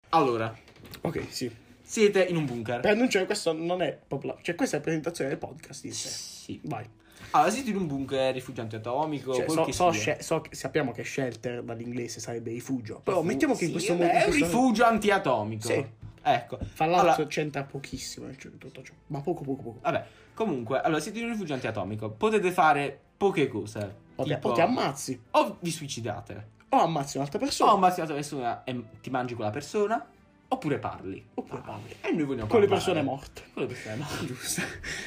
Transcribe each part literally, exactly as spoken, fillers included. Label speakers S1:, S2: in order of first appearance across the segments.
S1: Allora,
S2: Ok, sì.
S1: siete in un bunker.
S2: Per annunciare questo non è proprio... Cioè, questa è la presentazione del podcast in sé.
S1: Sì.
S2: Vai.
S1: Allora, siete in un bunker, rifugiante atomico,
S2: Cioè,
S1: quel
S2: so,
S1: che
S2: so,
S1: sia.
S2: sce- so che sappiamo che shelter dall'inglese sarebbe rifugio. Però
S1: Rifu-
S2: mettiamo che
S1: sì,
S2: in questo
S1: vabbè,
S2: modo...
S1: è un
S2: in questo-
S1: rifugio antiatomico.
S2: Sì.
S1: Ecco.
S2: Fra l'altro
S1: Allora,
S2: c'entra pochissimo cioè, tutto ciò. Ma poco, poco, poco.
S1: vabbè, comunque, allora, siete in un rifugio antiatomico. Potete fare poche cose.
S2: O ti,
S1: tipo,
S2: o ti ammazzi.
S1: o vi suicidate.
S2: O ammazzi un'altra persona.
S1: O ammazzi un'altra persona e ti mangi quella persona. Oppure parli.
S2: Oppure parli.
S1: E noi vogliamo
S2: Con le
S1: parlare.
S2: persone morte.
S1: Con le persone morte. Giusto.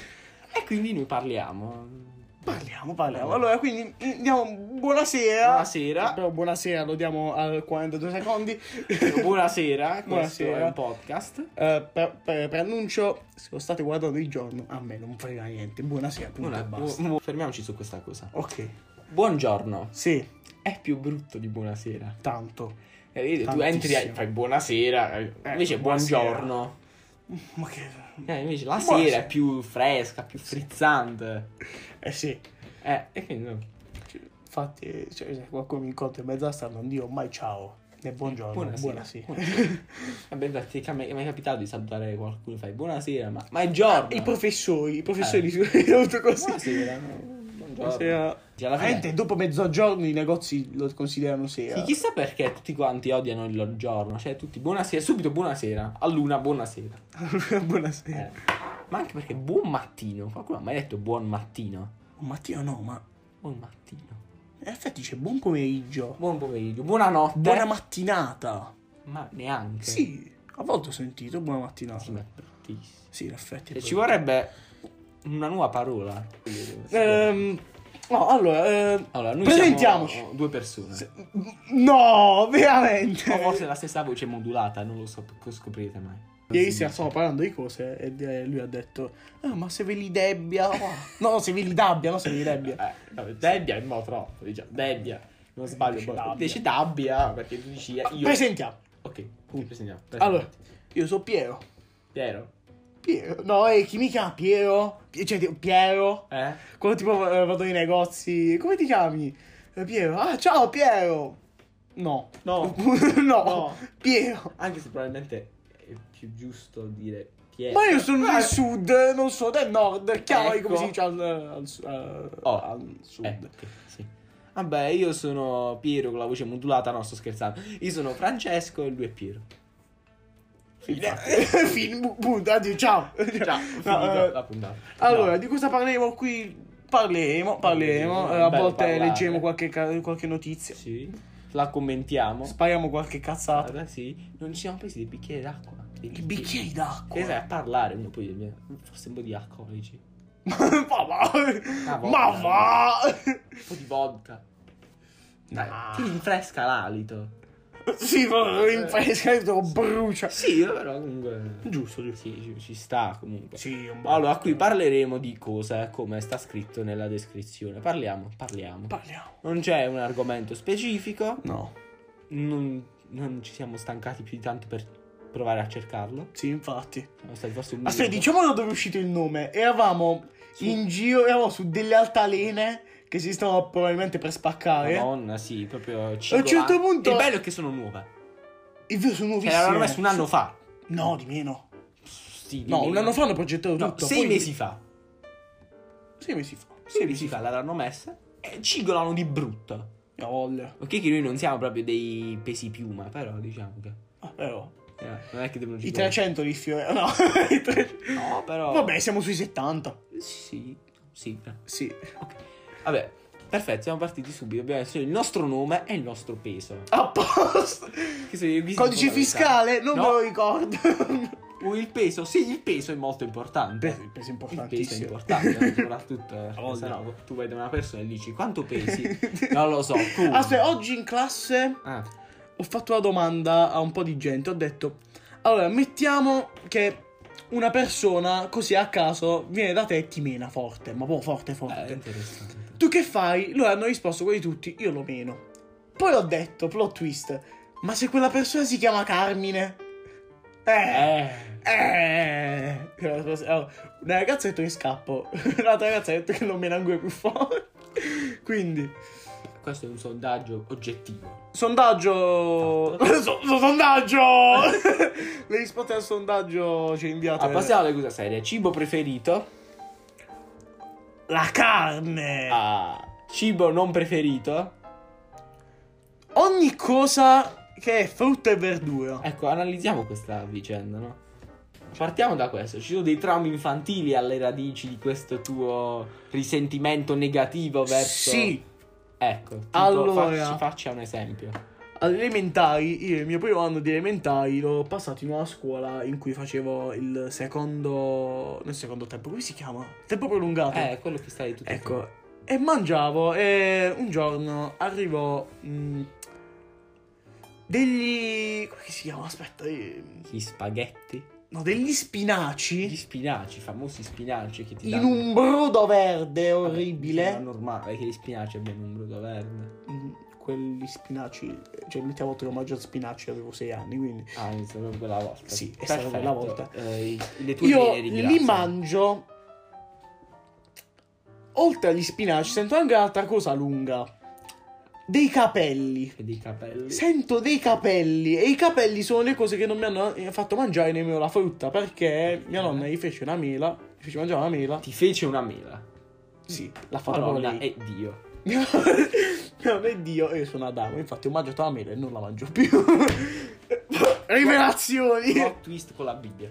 S1: E quindi noi parliamo.
S2: Parliamo, parliamo. Allora, quindi diamo buonasera.
S1: Buonasera.
S2: Però buonasera lo diamo a quarantadue secondi.
S1: Buonasera. Questo
S2: Buonasera.
S1: è un podcast.
S2: Eh, per, per, per annuncio, se lo state guardando di giorno, a me non frega niente. Buonasera, punto
S1: Buona-
S2: e basta.
S1: bu- fermiamoci su questa cosa.
S2: Ok.
S1: Buongiorno.
S2: Sì,
S1: È più brutto di buonasera.
S2: tanto.
S1: Eh, vedi, tu
S2: Tantissimo.
S1: entri e fai buonasera. eh, Invece
S2: buonasera.
S1: buongiorno.
S2: Ma che...
S1: Eh, invece la
S2: Buonasera.
S1: sera è più fresca, più frizzante.
S2: Eh sì.
S1: Eh, e quindi no.
S2: Infatti, cioè, se qualcuno mi incontra in mezzo alla strada non dico mai ciao, né buongiorno, buonasera.
S1: Vabbè, dai, ti è mai, mai capitato di salutare qualcuno? Fai buonasera, ma, ma è giorno.
S2: I professori, i professori
S1: Eh.
S2: di di autocosì.
S1: Buonasera, no? Buongiorno.
S2: Buonasera.
S1: Sì, alla fine-
S2: Veramente, dopo mezzogiorno i negozi lo considerano sera.
S1: Sì, chissà perché tutti quanti odiano il giorno. Cioè, tutti buonasera, subito buonasera. A luna, buonasera.
S2: Buonasera.
S1: Eh. Ma anche perché buon mattino. Qualcuno ha mai detto buon mattino?
S2: Un mattino no, ma
S1: Buon mattino.
S2: in effetti c'è buon pomeriggio.
S1: Buon pomeriggio. Buonanotte.
S2: Buona mattinata.
S1: Ma neanche.
S2: Sì, a volte ho sentito buona mattinata.
S1: Sì, ma è bruttissimo.
S2: Sì, in effetti. è
S1: E ci
S2: vero.
S1: vorrebbe una nuova parola.
S2: Ehm, no, allora, eh,
S1: Allora, noi
S2: presentiamoci.
S1: siamo due persone.
S2: No, veramente.
S1: O forse la stessa voce modulata, non lo so, lo scoprirete mai.
S2: Ieri
S1: Si
S2: sera
S1: dice.
S2: stavamo parlando di cose e eh, lui ha detto ah, ma se ve li debbia no, no, se ve li dabbia, no, se ve li debbia.
S1: Eh, vabbè, Debbia è un po' troppo, diciamo. Debbia. Non sbaglio.
S2: Dice
S1: poi.
S2: Dabbia.
S1: Dice Dabbia, perché tu dici io.
S2: Presentiamo.
S1: Ok, ti presentiamo.
S2: Allora, io sono Piero.
S1: Piero.
S2: Piero. No, eh, chi mi chiama Piero? Pie- Cioè, tipo, Piero.
S1: Eh?
S2: Quando tipo eh, vado nei negozi, come ti chiami? Eh, Piero. Ah, ciao Piero. No.
S1: No.
S2: no.
S1: No.
S2: Piero.
S1: Anche se probabilmente è più giusto dire Piero.
S2: Ma io sono
S1: Eh,
S2: del sud, non sono del nord. Chiamami
S1: Ecco.
S2: come si dice al, al, su- eh,
S1: Oh.
S2: al sud.
S1: Eh, ok, sì. Vabbè, io sono Piero con la voce modulata, no, sto scherzando. Io sono Francesco e lui è Piero.
S2: Fine. Fine. bu- Punto. Addio, ciao.
S1: Ciao,
S2: No,
S1: finita
S2: eh,
S1: la puntata.
S2: Allora,
S1: No.
S2: di cosa parleremo qui? Parleremo, parleremo.
S1: Bello
S2: eh, a volte
S1: parlare.
S2: leggeremo qualche, ca- qualche notizia.
S1: Sì, la commentiamo.
S2: Spariamo qualche cazzata.
S1: Allora, sì, non ci siamo presi dei bicchieri d'acqua. Dei
S2: I bicchieri d'acqua.
S1: Che sai, a parlare, uno poi eh, forse un po' di alcolici.
S2: ma va.
S1: Ah, vodka.
S2: Ma va.
S1: Un po' di vodka. Dai,
S2: Nah.
S1: ti rinfresca l'alito.
S2: Sì, ma in fresca lo brucia.
S1: Sì, però comunque.
S2: Giusto, giusto.
S1: Sì, ci, ci sta comunque.
S2: Sì, un
S1: Allora, qui parleremo di cose come sta scritto nella descrizione. Parliamo, parliamo.
S2: Parliamo.
S1: Non c'è un argomento specifico.
S2: No.
S1: Non, non ci siamo stancati più di tanto per provare a cercarlo.
S2: Sì, infatti.
S1: Siamo stati forse un
S2: Aspetta,
S1: minuto.
S2: diciamo da dove è uscito il nome. Eravamo
S1: Su-
S2: in giro, eravamo su delle altalene che si stavano probabilmente per spaccare.
S1: Madonna, sì, proprio
S2: A un certo punto-
S1: Il bello è che sono nuove.
S2: E vero, sono
S1: Cioè,
S2: nuovissime.
S1: l'hanno messo un anno fa.
S2: No, di meno.
S1: Sì, di
S2: No,
S1: meno.
S2: un anno fa hanno progettato
S1: No,
S2: tutto.
S1: sei
S2: poi-
S1: mesi fa.
S2: Sei mesi fa.
S1: Sei mesi fa l'hanno messa e cigolano di brutto.
S2: Mia voglia.
S1: Ok che noi non siamo proprio dei pesi piuma, però diciamo che
S2: Ah, però.
S1: eh, non è che devono
S2: I
S1: cigolare.
S2: trecento di fiore. No. I trecento.
S1: No, però
S2: Vabbè, siamo sui settanta.
S1: Sì, sì. eh.
S2: Sì.
S1: Ok. Vabbè, perfetto, siamo partiti subito. Abbiamo messo il nostro nome e il nostro peso.
S2: A posto.
S1: Che sono i requisiti
S2: Codice
S1: fondamentali.
S2: fiscale? Non
S1: No.
S2: me lo ricordo.
S1: Uh, il peso, sì, il peso è molto importante.
S2: Il peso è
S1: Il peso è
S2: importantissimo.
S1: importante, eh, soprattutto eh,
S2: Voglia.
S1: se no, tu vedi una persona e dici quanto pesi? Non lo so, tu.
S2: Aspetta, oggi in classe
S1: Ah,
S2: ho fatto una domanda a un po' di gente. Ho detto, allora, mettiamo che una persona così a caso viene da te e ti mena forte, ma proprio forte
S1: eh,
S2: forte.
S1: interessante.
S2: Tu che fai? Loro hanno risposto quasi tutti, io lo meno. Poi ho detto, plot twist, ma se quella persona si chiama Carmine? Eh...
S1: Eh.
S2: Eh, allora, una ragazza ha detto che scappo, l'altra ragazza ha detto che non me ne ancora più forte. Quindi,
S1: questo è un sondaggio oggettivo.
S2: Sondaggio. So- so- sondaggio. Le risposte al sondaggio ci inviate.
S1: Ah, passiamo alle cose serie. Cibo preferito?
S2: La carne.
S1: Ah, cibo non preferito?
S2: Ogni cosa che è frutta e verdura.
S1: Ecco, analizziamo questa vicenda, no? Partiamo da questo. Ci sono dei traumi infantili alle radici di questo tuo risentimento negativo verso...
S2: Sì.
S1: Ecco, tipo,
S2: Allora,
S1: facci, faccia un esempio.
S2: alle elementari, io il mio primo anno di elementari l'ho passato in una scuola in cui facevo il secondo... nel secondo tempo, come si chiama? Tempo prolungato.
S1: Eh, quello che stai tutto
S2: Ecco, e mangiavo e un giorno arrivò mh, degli... come si chiama? Aspetta, io...
S1: Gli spaghetti?
S2: no, degli
S1: Gli
S2: spinaci
S1: spinaci, i famosi spinaci che ti
S2: in
S1: danno...
S2: un brodo verde
S1: Vabbè,
S2: orribile.
S1: mi sembra normale che gli spinaci abbiano un brodo verde.
S2: Mm, quelli spinaci, cioè l'ultima volta che ho mangiato spinaci avevo sei anni, quindi
S1: Ah, è stata quella volta.
S2: sì, è stata quella volta.
S1: Eh, i- le tue
S2: io
S1: vene
S2: li
S1: ringraziano.
S2: mangio. Oltre agli spinaci sento anche un'altra cosa lunga, dei capelli.
S1: E dei capelli.
S2: Sento dei capelli e i capelli sono le cose che non mi hanno fatto mangiare nemmeno la frutta, perché mia nonna gli fece una mela, gli fece mangiare una mela.
S1: Ti fece una mela.
S2: Sì, l'ha fatta proprio
S1: Madonna,
S2: lei.
S1: è Dio.
S2: Mia nonna è Dio e io sono Adamo, infatti ho mangiato la mela e non la mangio più. Rivelazioni.
S1: Plot twist con la Bibbia.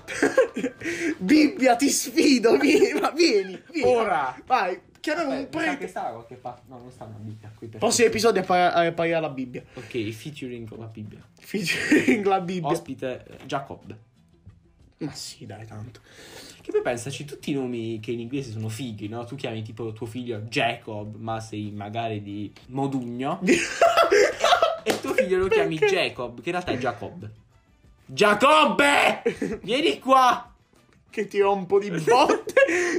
S2: Bibbia, ti sfido, vieni, ma vieni, vieni.
S1: Ora.
S2: Vai, chiamiamo
S1: Beh,
S2: un
S1: mi sa
S2: prete.
S1: che stava qualche parte. No, non sta una Bibbia qui. Per
S2: Prossimo episodio appare la Bibbia.
S1: Ok, featuring con la Bibbia.
S2: Featuring la Bibbia.
S1: Ospite eh, Jacob.
S2: Ma sì, dai, tanto.
S1: Che poi pensaci, tutti i nomi che in inglese sono fighi, no? Tu chiami tipo tuo figlio Jacob, ma sei magari di Modugno. E tuo figlio lo chiami Jacob, che in realtà è Jacob. Giacobbe! Vieni qua!
S2: Che ti rompo di botte.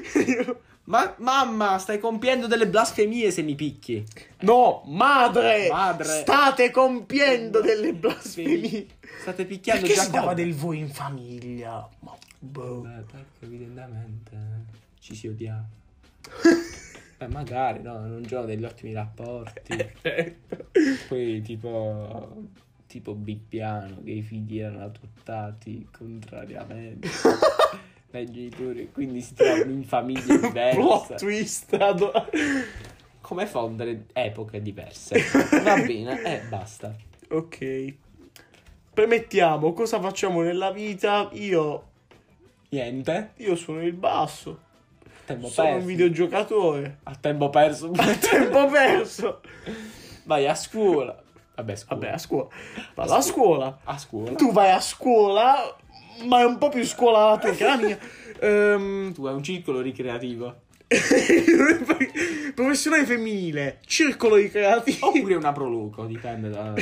S1: Ma mamma, stai compiendo delle blasfemie se mi picchi.
S2: No, madre!
S1: Madre.
S2: State compiendo delle blasfemie.
S1: State picchiando
S2: Perché si
S1: Giacobbe.
S2: dava del voi in famiglia? Ma boh.
S1: Beh, perché evidentemente ci si odiava. Beh, magari, no, non c'erano degli ottimi rapporti. Poi tipo tipo Bippiano, che i figli erano adottati contrariamente dai genitori, quindi si trovano in famiglie diverse.
S2: Plot twist. adoro.
S1: Come fondere epoche diverse. Va bene, e eh, basta.
S2: Ok. Premettiamo, cosa facciamo nella vita? Io
S1: Niente.
S2: Io sono il basso.
S1: Tempo
S2: Sono
S1: perso.
S2: un videogiocatore.
S1: A tempo perso.
S2: A tempo perso.
S1: Vai a scuola. Vabbè, scuola.
S2: Vabbè, a scuola. Vado a scuola.
S1: A scuola.
S2: Tu vai a scuola, ma è un po' più scuola la tua che la mia. Ehm,
S1: Tu hai un circolo ricreativo.
S2: Professionale femminile, circolo ricreativo.
S1: Oppure una proloco, dipende da...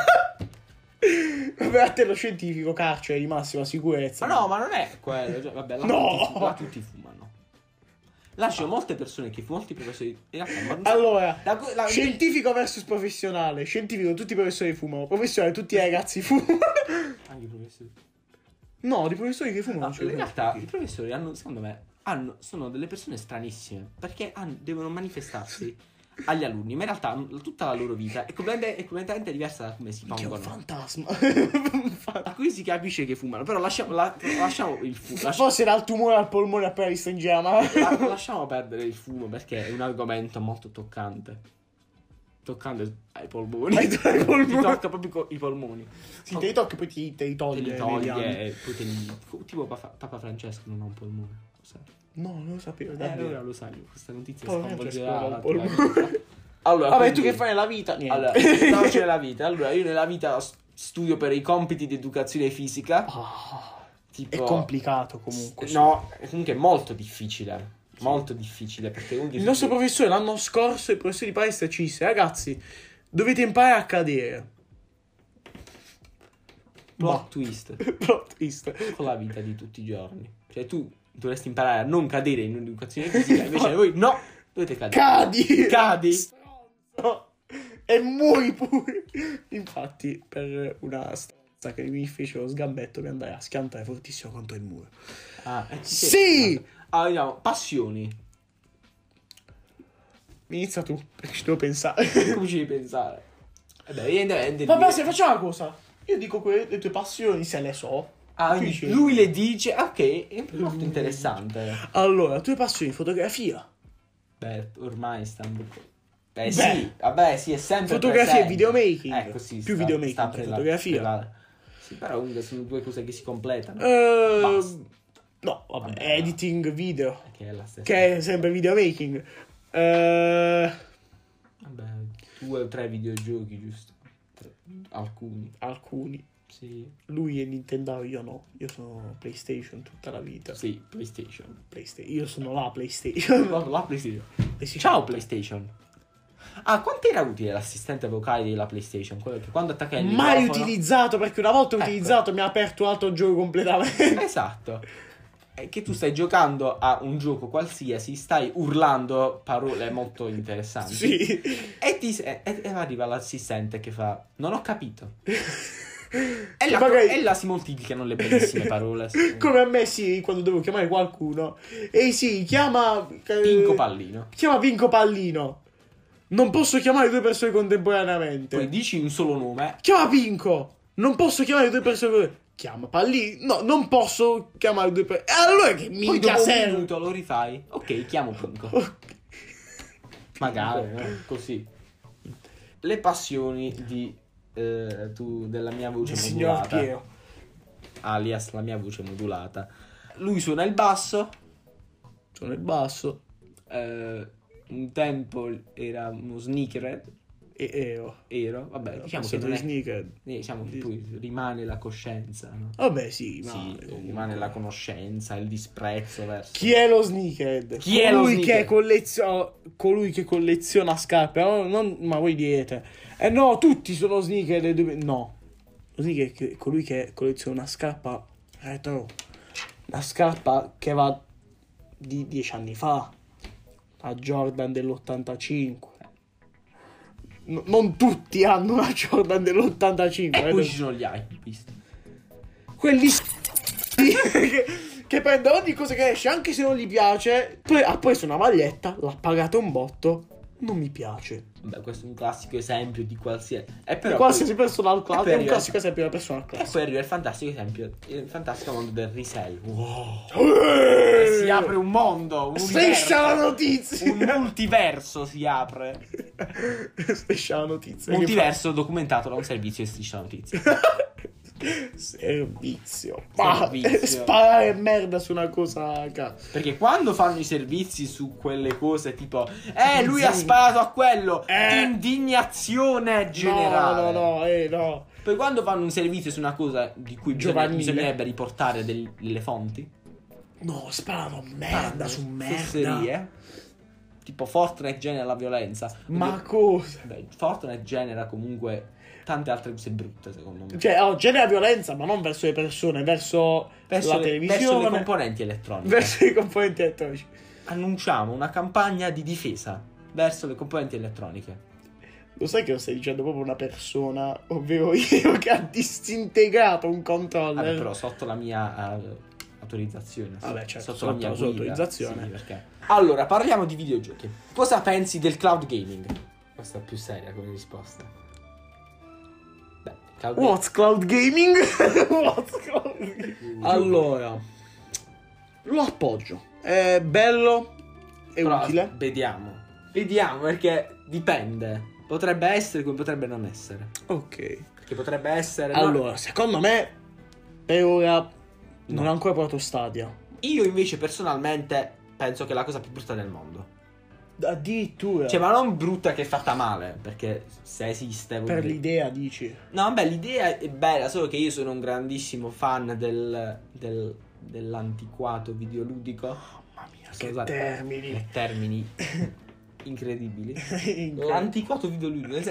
S2: Vabbè, a te lo scientifico, carcere di massima sicurezza.
S1: Ma no, ma non è quello. Cioè, vabbè, là,
S2: No!
S1: tutti, là tutti fumano. Lascio molte persone che fumano, molti professori. In realtà, ma non so-
S2: Allora,
S1: la- la-
S2: scientifico versus professionale. Scientifico, tutti i professori fumano. Professionale, tutti i ragazzi fumano.
S1: Anche i professori.
S2: No, di professori che fumano.
S1: No,
S2: ce ne
S1: in
S2: sono
S1: realtà
S2: pochi.
S1: i professori hanno, secondo me, hanno, sono delle persone stranissime. Perché hanno- devono manifestarsi agli alunni, ma in realtà hanno- tutta la loro vita è completamente, è completamente diversa da come si
S2: Che è un
S1: pongono.
S2: fantasma.
S1: Da cui si capisce che fumano. Però lasciamo, la- lasciamo il fumo. Lasciamo,
S2: Forse era il tumore al polmone appena ristringeva, ma...
S1: la- lasciamo perdere il fumo perché è un argomento molto toccante. Toccante ai polmoni.
S2: Ai tuoi polmoni.
S1: Ti tocca proprio co- i polmoni.
S2: Sì, te li tocchi e poi ti, te li
S1: Te
S2: toglie.
S1: li toglie
S2: negli
S1: e poi te li... Tipo Papa, Papa Francesco non ha un polmone. Lo sai?
S2: anni. No, non lo sapevo.
S1: Eh,
S2: davvero.
S1: allora lo sai, questa notizia
S2: Papa
S1: sconvolgerà
S2: Francesco
S1: la
S2: ha
S1: tua
S2: un polmone.
S1: vita. Allora,
S2: Vabbè,
S1: quindi-
S2: tu che fai nella vita? Niente.
S1: Allora, no, c'è nella vita. Allora, io nella vita s- studio per i compiti di educazione fisica.
S2: Ah,
S1: Tipo...
S2: è complicato comunque. sì.
S1: No, è comunque molto difficile. Molto difficile perché comunque
S2: Il nostro professore l'anno scorso, il professore di palestra ci disse: ragazzi, dovete imparare a cadere.
S1: plot
S2: Boh.
S1: twist
S2: Plot twist.
S1: con la vita di tutti i giorni. Cioè tu dovresti imparare a non cadere in educazione fisica, invece voi no, dovete cadere.
S2: Cadi!
S1: Cadi.
S2: Stronzo. E muori pure. Infatti, per una stanza che mi fece lo sgambetto, mi andai a schiantare fortissimo contro il muro.
S1: Ah, eh,
S2: Sì!
S1: Ah, vediamo, passioni.
S2: Inizia tu, perché ci devo pensare.
S1: Come ci devi pensare? Vabbè, evidentemente...
S2: Vabbè, se facciamo una cosa. Io dico que- le tue passioni, se le so.
S1: Ah,
S2: Tu
S1: lui,
S2: dici-
S1: lui le dice... Ok, è molto interessante.
S2: Allora, tue passioni, fotografia.
S1: Beh, ormai sta un po'... Beh,
S2: Beh.
S1: sì, vabbè, sì, è sempre
S2: Fotografia e
S1: presente.
S2: videomaking.
S1: Ecco, sì,
S2: Più
S1: sta-
S2: videomaking
S1: sta
S2: che
S1: pre-
S2: fotografia.
S1: pre- Sì, però comunque sono due cose che si completano.
S2: Eh,
S1: Basta.
S2: no, vabbè,
S1: Vabbè,
S2: editing video.
S1: Che è la stessa.
S2: Che è sempre videomaking. Eh,
S1: Vabbè, due o tre videogiochi, giusto? Tre- Alcuni.
S2: alcuni.
S1: Sì.
S2: Lui è Nintendo, io no. Io sono PlayStation tutta la vita.
S1: Sì, PlayStation.
S2: Playsta- io sono la PlayStation.
S1: La, la PlayStation.
S2: PlayStation.
S1: Ciao PlayStation. Ah, quanto era utile l'assistente vocale della PlayStation? Quello che quando attacca il
S2: Mai
S1: microfono...
S2: utilizzato, perché una volta
S1: Ecco.
S2: utilizzato mi ha aperto un altro gioco completamente.
S1: Esatto. È che tu stai giocando a un gioco qualsiasi, stai urlando parole molto interessanti.
S2: Sì.
S1: E, ti, e, e arriva l'assistente che fa: non ho capito. E
S2: Che
S1: là,
S2: magari-
S1: e là si moltiplicano le bellissime parole. Sì.
S2: Come a me sì, quando devo chiamare qualcuno. Ehi sì, chiama... eh,
S1: Pinco Pallino.
S2: Chiama Pinco Pallino. Non posso chiamare due persone contemporaneamente.
S1: Poi dici un solo nome.
S2: Chiama Pinco. Non posso chiamare due persone. Chiama Pallino. No, non posso chiamare due persone. E allora che
S1: Poi
S2: minchia
S1: dopo un
S2: serve?
S1: minuto lo rifai. Ok, chiamo Pinco. Magari, no? Così. Le passioni di eh, tu, della mia voce
S2: Il signor
S1: modulata,
S2: Piero.
S1: alias la mia voce modulata. Lui suona il basso.
S2: Sono il basso.
S1: eh, un tempo era uno sneakerhead.
S2: E Ero.
S1: Ero, vabbè, diciamo che
S2: Sono
S1: non
S2: i
S1: è,
S2: sneaker.
S1: eh, diciamo che poi rimane la coscienza, no?
S2: Vabbè sì, ma...
S1: Sì, rimane la conoscenza, il disprezzo verso...
S2: Chi è lo sneakerhead?
S1: Chi è lo
S2: colui
S1: sneakerhead?
S2: che colleziona colui che colleziona scarpe, no, non- ma voi dite eh no, tutti sono sneakerhead. No, lo sneakerhead è colui che colleziona una scarpa retro, una scarpa che va di dieci anni fa, la Jordan dell'ottantacinque. No, non tutti hanno una Jordan dell'ottantacinque.
S1: E poi
S2: eh.
S1: ci sono gli hype, visto?
S2: Quelli che, che prendono ogni cosa che esce, anche se non gli piace. Poi ha preso una maglietta, l'ha pagata un botto, non mi piace.
S1: Beh, questo è un classico esempio di qualsiasi... E però
S2: Qualsiasi
S1: poi...
S2: persona al
S1: e
S2: class
S1: poi
S2: è un
S1: arriva-
S2: classico esempio di una persona al
S1: E
S2: class.
S1: poi arriva il fantastico esempio, il fantastico mondo del resell. Wow.
S2: Eh,
S1: E si apre un mondo, un
S2: Striscia la
S1: universo,
S2: notizia.
S1: un multiverso si apre.
S2: Striscia la notizia.
S1: Multiverso documentato da un servizio di Striscia la notizia.
S2: Servizio. Ma
S1: Servizio.
S2: sparare merda su una cosa a caso.
S1: Perché quando fanno i servizi su quelle cose tipo Eh, lui ha sparato a quello,
S2: Eh.
S1: indignazione
S2: No,
S1: generale.
S2: no, no, eh, no.
S1: Poi quando fanno un servizio su una cosa di cui bisogna-
S2: Giovanile.
S1: bisognerebbe riportare del- delle fonti,
S2: No, sparano merda su merda.
S1: fesserie, tipo Fortnite genera la violenza.
S2: Ma cosa?
S1: Beh, Fortnite genera comunque tante altre cose brutte, secondo me.
S2: Cioè, oh, genera violenza, ma non verso le persone, verso,
S1: verso,
S2: la
S1: le,
S2: televisione,
S1: verso le componenti elettroniche.
S2: verso i componenti elettronici.
S1: Annunciamo una campagna di difesa verso le componenti elettroniche.
S2: Lo sai che lo stai dicendo proprio una persona, ovvero io, che ha disintegrato un controller.
S1: Vabbè, però sotto la mia eh, autorizzazione. sì.
S2: Vabbè, certo,
S1: sotto la
S2: sotto
S1: mia
S2: la sua
S1: guida,
S2: autorizzazione.
S1: sì, perché... Allora, parliamo di videogiochi. Cosa pensi del cloud gaming? Questa è più seria come risposta. Beh, cloud gaming.
S2: What's cloud gaming? What's cloud gaming? Allora, lo appoggio. È bello, è
S1: Però,
S2: utile.
S1: Vediamo. Vediamo perché dipende. Potrebbe essere come potrebbe non essere.
S2: Ok.
S1: Perché potrebbe essere... no?
S2: Allora, secondo me, per ora, non
S1: No.
S2: ha ancora provato Stadia.
S1: Io invece personalmente penso che è la cosa più brutta del mondo.
S2: Addirittura.
S1: Cioè, ma non brutta che è fatta male, perché se esiste... vuol
S2: per
S1: dire-
S2: l'idea, dici.
S1: No, vabbè, l'idea è bella, solo che io sono un grandissimo fan del, del- dell'antiquato videoludico.
S2: Mamma mia,
S1: Sono
S2: che
S1: usati-
S2: termini.
S1: eh, termini incredibili.
S2: Incredibile.
S1: L'antiquato videoludico, nel senso,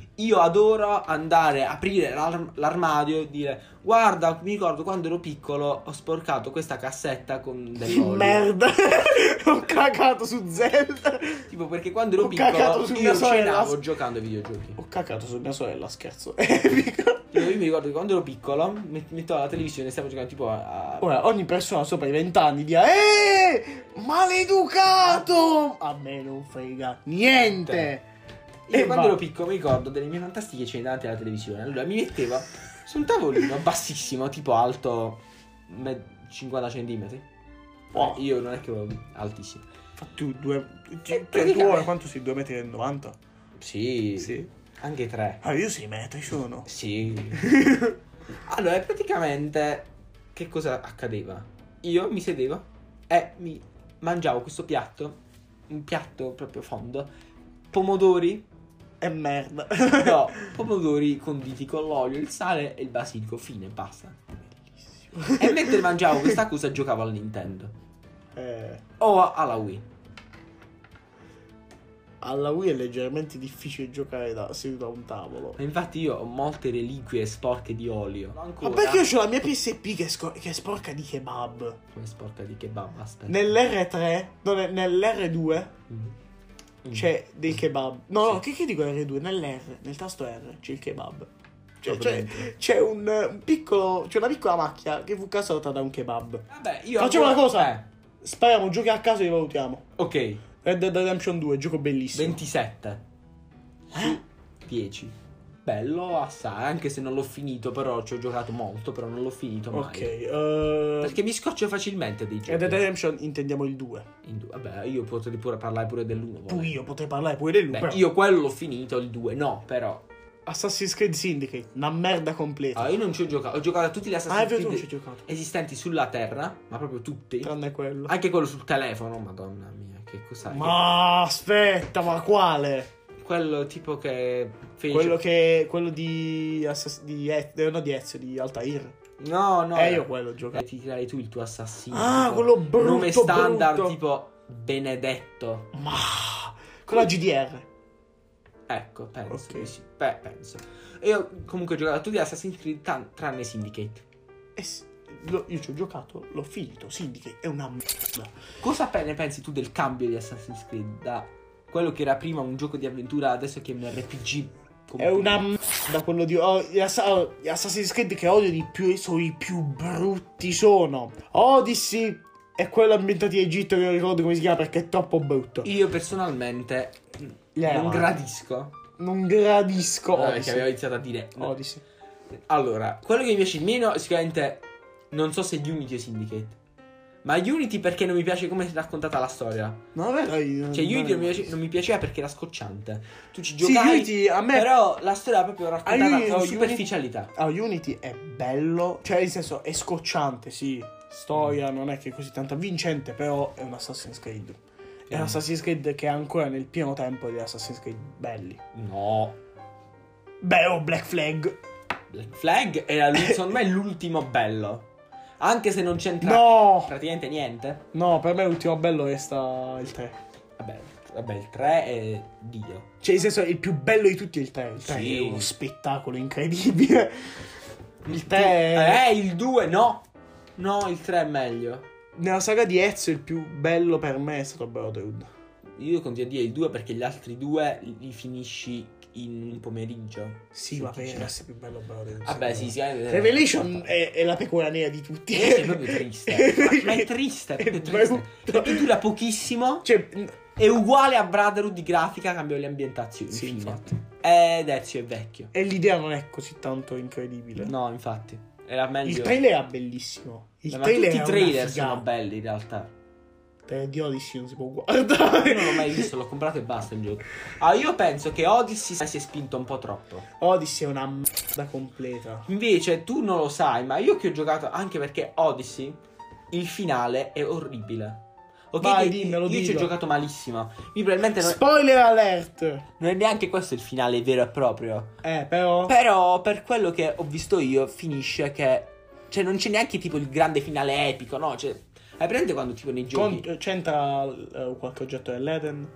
S1: Io adoro andare a aprire l'ar- l'armadio e dire: guarda, mi ricordo quando ero piccolo ho sporcato questa cassetta con dell'olio.
S2: Merda. Ho cagato su Zelda.
S1: Tipo, perché quando ero
S2: Ho cagato
S1: piccolo
S2: su
S1: io
S2: mia sorella.
S1: cenavo giocando ai videogiochi.
S2: Ho cagato su mia sorella, scherzo. Epico.
S1: Io, io mi ricordo che quando ero piccolo met- mettevo la televisione e stavo giocando tipo a... a-
S2: Ora, ogni persona sopra i vent'anni dia eh, maleducato. A me non frega niente.
S1: Io
S2: E
S1: quando
S2: va.
S1: ero piccolo mi ricordo delle mie fantastiche cene davanti alla televisione. Allora mi mettevo su un tavolino bassissimo, tipo alto me- cinquanta centimetri.
S2: Oh.
S1: Eh, io non è che ero altissimo.
S2: Tu due, tu,
S1: Eh,
S2: tu,
S1: praticamente-
S2: ora quanto sei? due metri e novanta?
S1: Sì,
S2: Sì.
S1: anche tre.
S2: Ah, io sei metri sono.
S1: Sì. Allora, praticamente che cosa accadeva? Io mi sedevo e mi mangiavo questo piatto, un piatto proprio fondo, pomodori,
S2: E merda.
S1: no, pomodori conditi con l'olio, il sale e il basilico, fine, basta. E mentre mangiavo questa cosa giocavo al Nintendo
S2: Eh,
S1: o alla Wii.
S2: alla Wii è leggermente difficile giocare da seduto a un tavolo.
S1: E infatti io ho molte reliquie sporche di olio.
S2: Ma
S1: Ancora.
S2: perché io ho la mia P S P che è, scor- che è sporca di kebab?
S1: Come sporca di kebab, aspetta.
S2: Nell'R tre, no, ne- nell'R due
S1: Mm. Mm.
S2: c'è dei kebab. No, no,
S1: Sì.
S2: che, che dico R due? Nell'R, nel tasto R c'è il kebab. Cioè,
S1: Proprio
S2: c'è,
S1: dentro.
S2: c'è un, un piccolo, c'è una piccola macchia che fu causata da un kebab.
S1: Vabbè, io
S2: Facciamo
S1: ancora-
S2: una cosa.
S1: Eh,
S2: Spariamo giochi a caso e li valutiamo.
S1: ok.
S2: Red Dead Redemption due, gioco bellissimo.
S1: ventisette su dieci. Bello assai, anche se non l'ho finito, però ci ho giocato molto, però non l'ho finito mai.
S2: Ok, eh,
S1: Perché mi scoccio facilmente dei giochi.
S2: Red Dead Redemption intendiamo il due.
S1: In due. Vabbè, io potrei pure parlare pure dell'uno.
S2: Tu io potrei parlare pure dell'uno.
S1: Beh,
S2: però.
S1: io quello l'ho finito, il due no, però.
S2: Assassin's Creed Syndicate, una merda completa.
S1: Allora, io non ci ho giocato, ho giocato a tutti gli
S2: Ah, è
S1: Assassin's
S2: vero, tu non
S1: Creed
S2: ci hai giocato.
S1: esistenti sulla Terra, ma proprio tutti.
S2: Tranne quello.
S1: Anche quello sul telefono, madonna mia, che cos'è?
S2: Ma aspetta, ma quale?
S1: Quello tipo che fece...
S2: Quello che. Quello di. Assass- di Ez- eh, no, di Ezio, di Altair.
S1: No, no.
S2: Eh, io quello ho giocato.
S1: Eh, ti tirai tu il tuo assassino.
S2: Ah,
S1: tipo,
S2: quello brutto,
S1: nome standard
S2: brutto.
S1: tipo Benedetto.
S2: Ma. Con la G D R.
S1: Ecco, penso.
S2: Ok.
S1: di sì. Beh, penso. Io comunque ho giocato a tutti gli Assassin's Creed tan- tranne Syndicate.
S2: Eh sì, lo- io ci ho giocato, l'ho finito. Syndicate è una merda.
S1: Cosa pe- ne pensi tu del cambio di Assassin's Creed da quello che era prima un gioco di avventura adesso che è un R P G?
S2: È una merda quello di. Oh, gli, Ass- oh, gli Assassin's Creed che odio di più e sono i più brutti sono. Odyssey è quello ambientato in Egitto che non ricordo come si chiama perché è troppo brutto.
S1: Io personalmente
S2: Gli hai
S1: non
S2: avanti.
S1: gradisco.
S2: Non gradisco
S1: Allora, perché
S2: Odyssey.
S1: avevo iniziato a dire
S2: Odyssey.
S1: Allora, quello che mi piace meno sicuramente non so se Unity o Syndicate. Ma Unity perché non mi piace come è raccontata la storia.
S2: No, vabbè, dai,
S1: Cioè
S2: non-
S1: Unity non mi, piace- non mi piaceva perché era scocciante. Tu ci
S2: Sì,
S1: giocavi,
S2: Unity a me.
S1: però la storia proprio raccontata
S2: Ah, io-
S1: con
S2: Unity-
S1: superficialità.
S2: Ah, Unity è bello, cioè nel senso è scocciante, sì. Storia non è che è così tanto avvincente, però è un Assassin's Creed. È un
S1: Mm.
S2: Assassin's Creed che è ancora nel pieno tempo degli Assassin's Creed belli.
S1: No.
S2: Beh, oh, Black Flag.
S1: Black Flag era l- secondo me l'ultimo bello. Anche se non c'entra
S2: No!
S1: praticamente niente.
S2: No, per me l'ultimo bello resta il tre.
S1: Vabbè, vabbè, il tre è Dio.
S2: Cioè, nel senso, il più bello di tutti è il tre. Il tre
S1: Sì.
S2: è uno spettacolo incredibile. Il tre è...
S1: Eh, il due no. No, il tre è meglio.
S2: Nella saga di Ezio il più bello per me è stato Brotherhood.
S1: Io continuo a dire il due perché gli altri due li finisci in un pomeriggio.
S2: Sì, ma per
S1: Sì,
S2: il resto è più bello Brotherhood.
S1: Vabbè, sì, sì. eh,
S2: Revelation è, è la pecora nera di tutti.
S1: Eh, è proprio triste. Ma è triste, è proprio triste.
S2: brutto.
S1: Perché dura pochissimo.
S2: Cioè,
S1: È uguale a Brotherhood di grafica, cambia le ambientazioni.
S2: sì,
S1: fine.
S2: infatti.
S1: Ed Ezio è vecchio.
S2: E l'idea non è così tanto incredibile.
S1: No, infatti. Era meglio.
S2: Il trailer era bellissimo. Il
S1: Eh, ma
S2: trailer
S1: tutti i
S2: era
S1: trailer
S2: una
S1: sono
S2: figata.
S1: belli in realtà.
S2: Per di Odyssey non si può guardare.
S1: Io non l'ho mai visto, l'ho comprato e basta il gioco. Ah, io penso che Odyssey si è spinto un po' troppo.
S2: Odyssey è una merda completa.
S1: Invece tu non lo sai, ma io che ho giocato, anche perché Odyssey, il finale è orribile. Ok,
S2: Vai,
S1: che
S2: dimmelo,
S1: io ci ho
S2: dillo.
S1: giocato malissimo. Quindi probabilmente non,
S2: Spoiler alert.
S1: non è neanche questo il finale vero e proprio.
S2: Eh, però...
S1: Però per quello che ho visto io finisce che, cioè non c'è neanche tipo il grande finale epico, no? Cioè, hai presente quando tipo nei giochi
S2: Con- c'entra eh, qualche oggetto dell'Eden?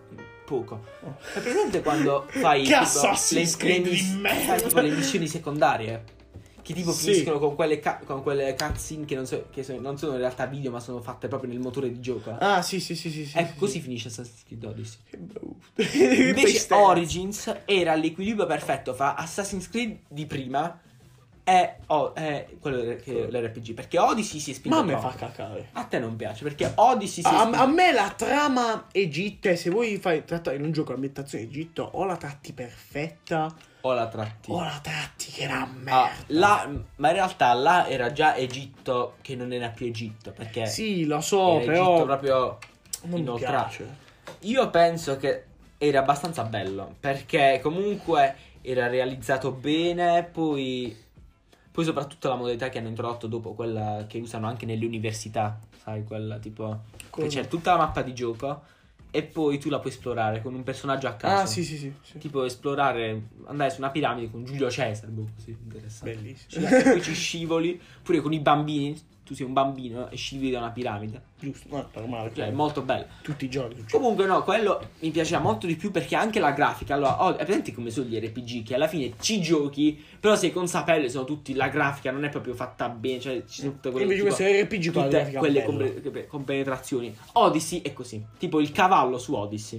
S1: poco. È presente quando fai
S2: Che
S1: tipo,
S2: Assassin's
S1: le, le,
S2: Creed di
S1: miss-
S2: merda.
S1: fai tipo le missioni secondarie? Che tipo
S2: Sì.
S1: finiscono con quelle, ca- con quelle cutscene che, non, so, che so- non sono in realtà video, ma sono fatte proprio nel motore di gioco.
S2: Ah, sì, sì, sì, sì. sì
S1: Ecco,
S2: sì,
S1: così
S2: sì.
S1: finisce Assassin's Creed Odyssey.
S2: Che brutto.
S1: Invece
S2: Tristezza.
S1: Origins era l'equilibrio perfetto fra Assassin's Creed di prima e oh, eh, quello che l'R P G. Perché Odyssey si è spinto
S2: Ma a me
S1: troppo.
S2: fa cacare.
S1: A te non piace, perché Odyssey si è
S2: A,
S1: spinto.
S2: a me la trama Egitto, se vuoi fai, trattare in un gioco l'ambientazione Egitto, o la tratti perfetta,
S1: O la tratti.
S2: o la tratti che era
S1: Ah,
S2: merda.
S1: là- ma in realtà là era già Egitto che non era più Egitto. Perché
S2: Sì, lo so,
S1: era
S2: però
S1: Egitto proprio
S2: non mi
S1: inoltrato.
S2: piace.
S1: Io penso che era abbastanza bello, perché comunque era realizzato bene, poi, poi soprattutto la modalità che hanno introdotto dopo, quella che usano anche nelle università, sai, quella tipo che
S2: Cosa?
S1: c'è tutta la mappa di gioco e poi tu la puoi esplorare con un personaggio a caso.
S2: Ah, sì, sì, sì, sì.
S1: Tipo esplorare, andare su una piramide con Giulio Cesare, boh, così interessante.
S2: Bellissimo.
S1: E poi ci scivoli, pure con i bambini, tu sei un bambino e scivoli da una piramide.
S2: Giusto, no, normale.
S1: Cioè, è molto bello.
S2: Tutti i giorni succede.
S1: Comunque no, quello mi piaceva molto di più perché anche la grafica, allora, oh, è presente come sono gli R P G che alla fine ci giochi, però sei consapevole, sono tutti, la grafica non è proprio fatta bene, cioè ci sono tutte quelle,
S2: Invece
S1: tipo,
S2: questo è R P G con la
S1: tutte
S2: grafica
S1: quelle
S2: bella.
S1: compe- compenetrazioni. Odyssey è così, tipo il cavallo su Odyssey.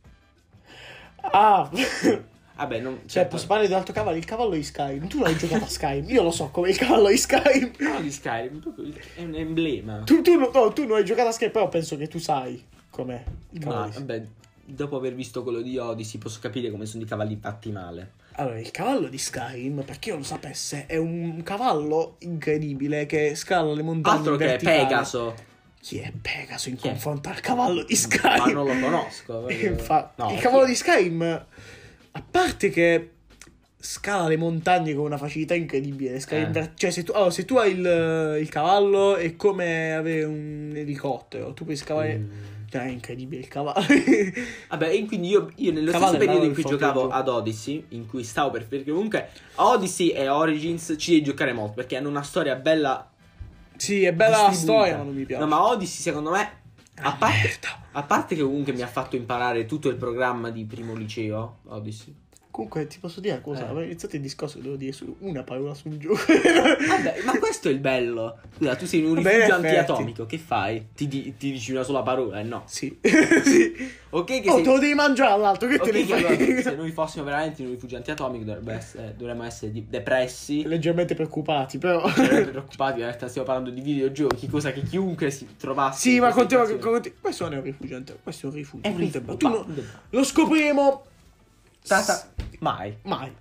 S2: Ah,
S1: Vabbè, non...
S2: cioè, posso parlare di altro cavallo? Il cavallo di Skyrim. Tu l'hai giocato a Skyrim. Io lo so come il cavallo di Skyrim.
S1: No, di Skyrim, proprio il- è un emblema.
S2: Tu, tu, no, tu non hai giocato a Skyrim, però penso che tu sai com'è il cavallo
S1: Ma,
S2: di Skyrim.
S1: vabbè, dopo aver visto quello di Odyssey posso capire come sono i cavalli fatti male.
S2: Allora, il cavallo di Skyrim, per chi non lo sapesse, è un cavallo incredibile che scala le montagne
S1: Altro
S2: in
S1: che
S2: verticale.
S1: Pegaso.
S2: Chi è Pegaso in
S1: Chi è?
S2: confronto al cavallo di
S1: Ma
S2: Skyrim?
S1: non lo conosco.
S2: Infatti,
S1: No,
S2: il cavallo
S1: chi-
S2: di Skyrim, a parte che scala le montagne con una facilità incredibile, scala
S1: Eh.
S2: in ver- cioè se tu, allora, se tu hai il, il cavallo è come avere un elicottero, tu puoi scalare,
S1: Mm.
S2: cioè è incredibile il cavallo.
S1: Vabbè, e quindi io, io nello
S2: Cavallo
S1: stesso
S2: è
S1: periodo
S2: l'ala
S1: in cui
S2: del forte
S1: giocavo
S2: del gioco.
S1: ad Odyssey, in cui stavo per... perché comunque Odyssey e Origins ci devi giocare molto, perché hanno una storia bella
S2: Sì, è bella la
S1: distribuita.
S2: storia, ma non mi piace.
S1: No, ma Odyssey secondo me, a parte,
S2: Merda.
S1: a parte che comunque mi ha fatto imparare tutto il programma di primo liceo, Odyssey.
S2: Comunque ti posso dire una cosa,
S1: Eh.
S2: avevo iniziato il discorso che devo dire su una parola sul gioco.
S1: Vabbè, ma questo è il bello. Scusa, tu sei in un
S2: Vabbè,
S1: rifugio
S2: in effetti.
S1: antiatomico, che fai? Ti, di- ti dici una sola parola, eh no.
S2: Sì, sì.
S1: Ok che
S2: Oh,
S1: sei...
S2: te lo devi mangiare all'altro, che
S1: ok
S2: te ne
S1: che allora,
S2: fai?
S1: se noi fossimo veramente in un rifugio antiatomico dovrebbe essere, dovremmo essere di- depressi,
S2: Leggermente preoccupati, però.
S1: veramente preoccupati, in realtà stiamo parlando di videogiochi, cosa che chiunque si trovasse
S2: Sì,
S1: in
S2: ma
S1: questa
S2: continua,
S1: situazione.
S2: continua. Questo non è un rifugio, ante- questo è un rifugio.
S1: È un
S2: punto e
S1: rifugio,
S2: basta. Tu
S1: va,
S2: no-
S1: punto e basta.
S2: lo scopriremo
S1: Tata, mai.
S2: mai.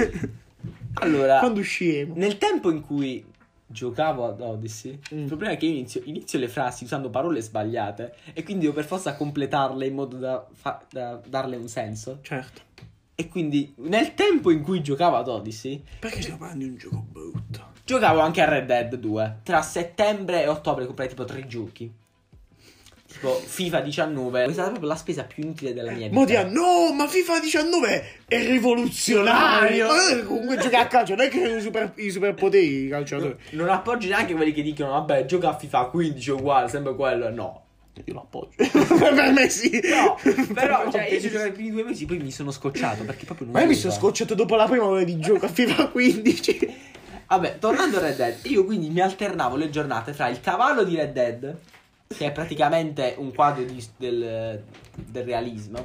S1: Allora,
S2: Quando usciremo.
S1: nel tempo in cui giocavo ad Odyssey,
S2: Mm.
S1: il problema è che io inizio, inizio le frasi usando parole sbagliate e quindi devo per forza completarle in modo da, fa- da darle un senso.
S2: Certo.
S1: E quindi nel tempo in cui giocavo ad Odyssey,
S2: Perché stiamo parlando di un gioco brutto?
S1: giocavo anche a Red Dead due. Tra settembre e ottobre comprai tipo tre giochi. Tipo FIFA diciannove. È stata proprio la spesa più inutile della mia vita.
S2: Mo dia, no, ma FIFA diciannove è rivoluzionario. Ma eh, comunque gioca a calcio, non è che i, super, i superpoteri i calciatori.
S1: Non appoggi neanche quelli che dicono vabbè gioca a FIFA quindici è uguale, sempre quello. No.
S2: Io lo appoggio. Per me sì.
S1: No, però
S2: Va
S1: cioè, io
S2: bene.
S1: ci ho giocato i primi due mesi, poi mi sono scocciato perché proprio non
S2: Ma io mi
S1: so
S2: sono scocciato dopo la prima ora di gioco a FIFA quindici.
S1: Vabbè, tornando a Red Dead, io quindi mi alternavo le giornate fra il cavallo di Red Dead, che è praticamente un quadro di- del, del realismo,